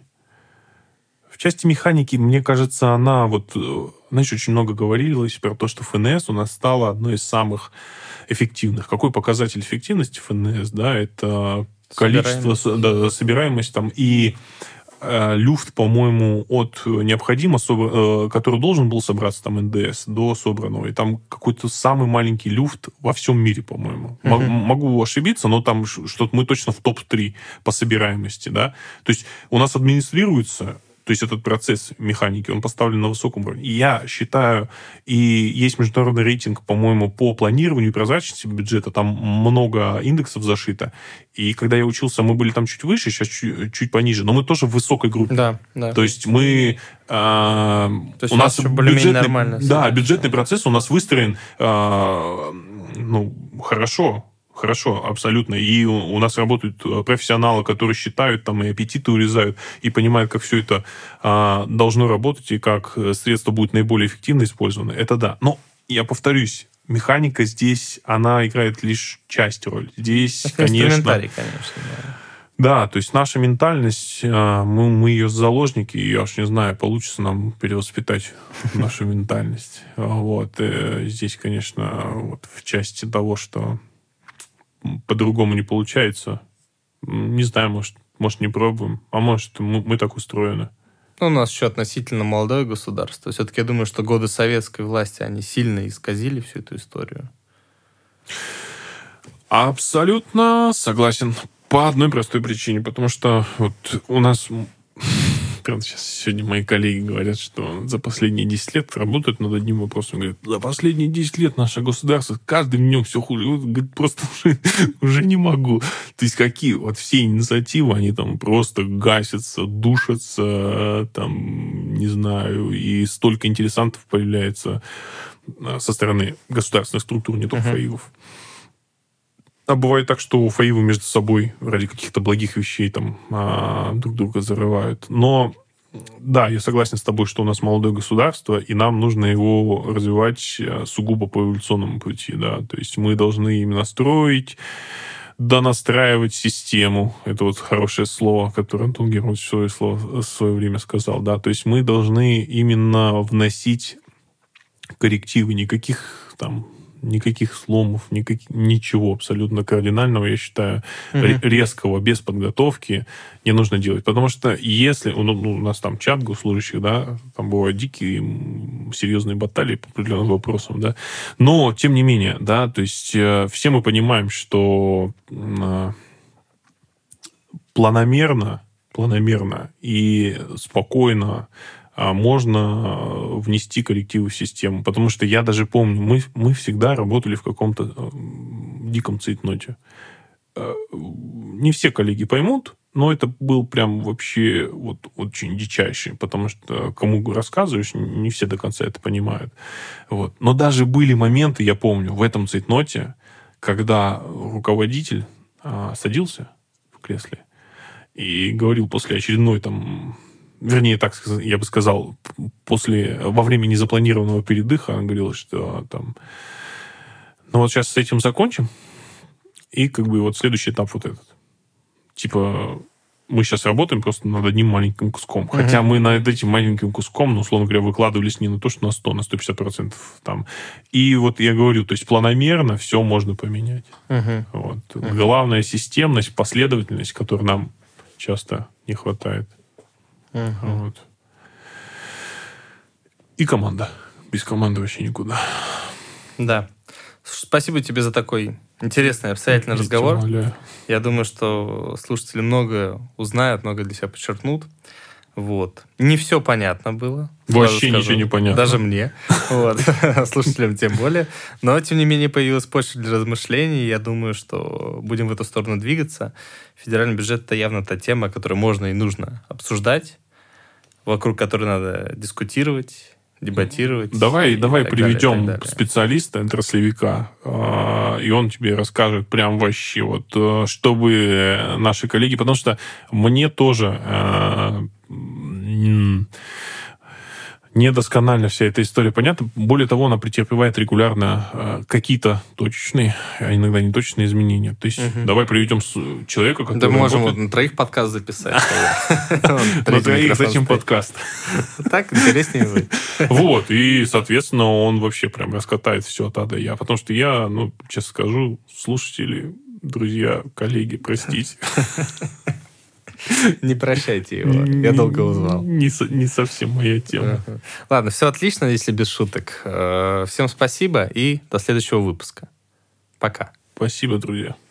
В части механики, мне кажется, очень много говорилось про то, что ФНС у нас стала одной из самых эффективных. Какой показатель эффективности ФНС? Да, это количество, собираемость там, и люфт, по-моему, от необходимого, который должен был собраться, там, НДС, до собранного. И там какой-то самый маленький люфт во всем мире, по-моему. Могу ошибиться, но там что-то мы точно в топ-3 по собираемости, да. То есть у нас администрируется, то есть этот процесс механики, он поставлен на высоком уровне. И я считаю, и есть международный рейтинг, по-моему, по планированию и прозрачности бюджета, там много индексов зашито. И когда я учился, мы были там чуть выше, сейчас чуть пониже, но мы тоже в высокой группе. Да. То есть мы... То есть у нас более-менее нормально. Да, бюджетный процесс у нас выстроен Хорошо, абсолютно. И у нас работают профессионалы, которые считают там и аппетиты урезают, и понимают, как все это должно работать, и как средства будут наиболее эффективно использованы. Это да. Но, я повторюсь, механика здесь, она играет лишь часть роли. Здесь, конечно... Да. Да, то есть наша ментальность, мы ее заложники, и я уж не знаю, получится нам перевоспитать нашу ментальность. Вот. Здесь, конечно, в части того, что по-другому не получается. Не знаю, может не пробуем. А может, мы так устроены. У нас еще относительно молодое государство. Все-таки я думаю, что годы советской власти, они сильно исказили всю эту историю. Абсолютно согласен. По одной простой причине. Потому что вот у нас... Сейчас сегодня мои коллеги говорят, что за последние 10 лет работают над одним вопросом. Говорят, за последние 10 лет наше государство, каждым днем все хуже. Говорит, просто уже не могу. То есть какие вот все инициативы, они там просто гасятся, душатся, там, не знаю, и столько интересантов появляется со стороны государственных структур, не только ФАИГов. А бывает так, что фаивы между собой ради каких-то благих вещей там друг друга зарывают. Но да, я согласен с тобой, что у нас молодое государство, и нам нужно его развивать сугубо по эволюционному пути. Да? То есть мы должны именно строить, донастраивать систему. Это вот хорошее слово, которое Антон Германович в свое время сказал. Да? То есть мы должны именно вносить коррективы, никаких сломов, ничего абсолютно кардинального, я считаю, резкого, без подготовки не нужно делать. Потому что если у нас там чат госслужащих, да, там бывают дикие серьезные баталии по определенным вопросам, да, но тем не менее, да, то есть все мы понимаем, что планомерно и спокойно можно внести коррективы в систему. Потому что я даже помню, мы всегда работали в каком-то диком цейтноте. Не все коллеги поймут, но это был прям вообще вот очень дичайший, потому что кому рассказываешь, не все до конца это понимают. Вот. Но даже были моменты, я помню, в этом цейтноте, когда руководитель садился в кресле и говорил после очередной там... Вернее, так я бы сказал, во время незапланированного передыха он говорил, что там... Ну вот сейчас с этим закончим, и как бы вот следующий этап вот этот. Типа, мы сейчас работаем просто над одним маленьким куском. Хотя мы над этим маленьким куском, ну, условно говоря, выкладывались не на то, что на 100, на 150% там. И вот я говорю, то есть планомерно все можно поменять. Вот. Главная системность, последовательность, которой нам часто не хватает. Вот. И команда. Без команды вообще никуда. Да. Спасибо тебе за такой интересный, обстоятельный разговор. Я думаю, что слушатели много узнают, много для себя подчеркнут. Вот. Не все понятно было. Вообще ничего не понятно. Даже мне. Вот. Слушателям тем более. Но, тем не менее, появилась почва для размышлений. Я думаю, что будем в эту сторону двигаться. Федеральный бюджет – это явно та тема, которую можно и нужно обсуждать, вокруг которой надо дискутировать, дебатировать. Давай приведем специалиста, отраслевика, и он тебе расскажет прям вообще, вот, чтобы наши коллеги... Потому что мне тоже недосконально вся эта история понятна. Более того, она претерпевает регулярно какие-то точечные, а иногда неточные изменения. То есть давай приведем человека, который... Да мы можем вот на троих подкаст записать. На троих зачем подкаст? Так интереснее будет. Вот, и, соответственно, он вообще прям раскатает все от А до Я. Потому что я, честно скажу, слушатели, друзья, коллеги, простите. Не прощайте его. Я долго его звал. Не совсем моя тема. Ладно, все отлично, если без шуток. Всем спасибо и до следующего выпуска. Пока. Спасибо, друзья.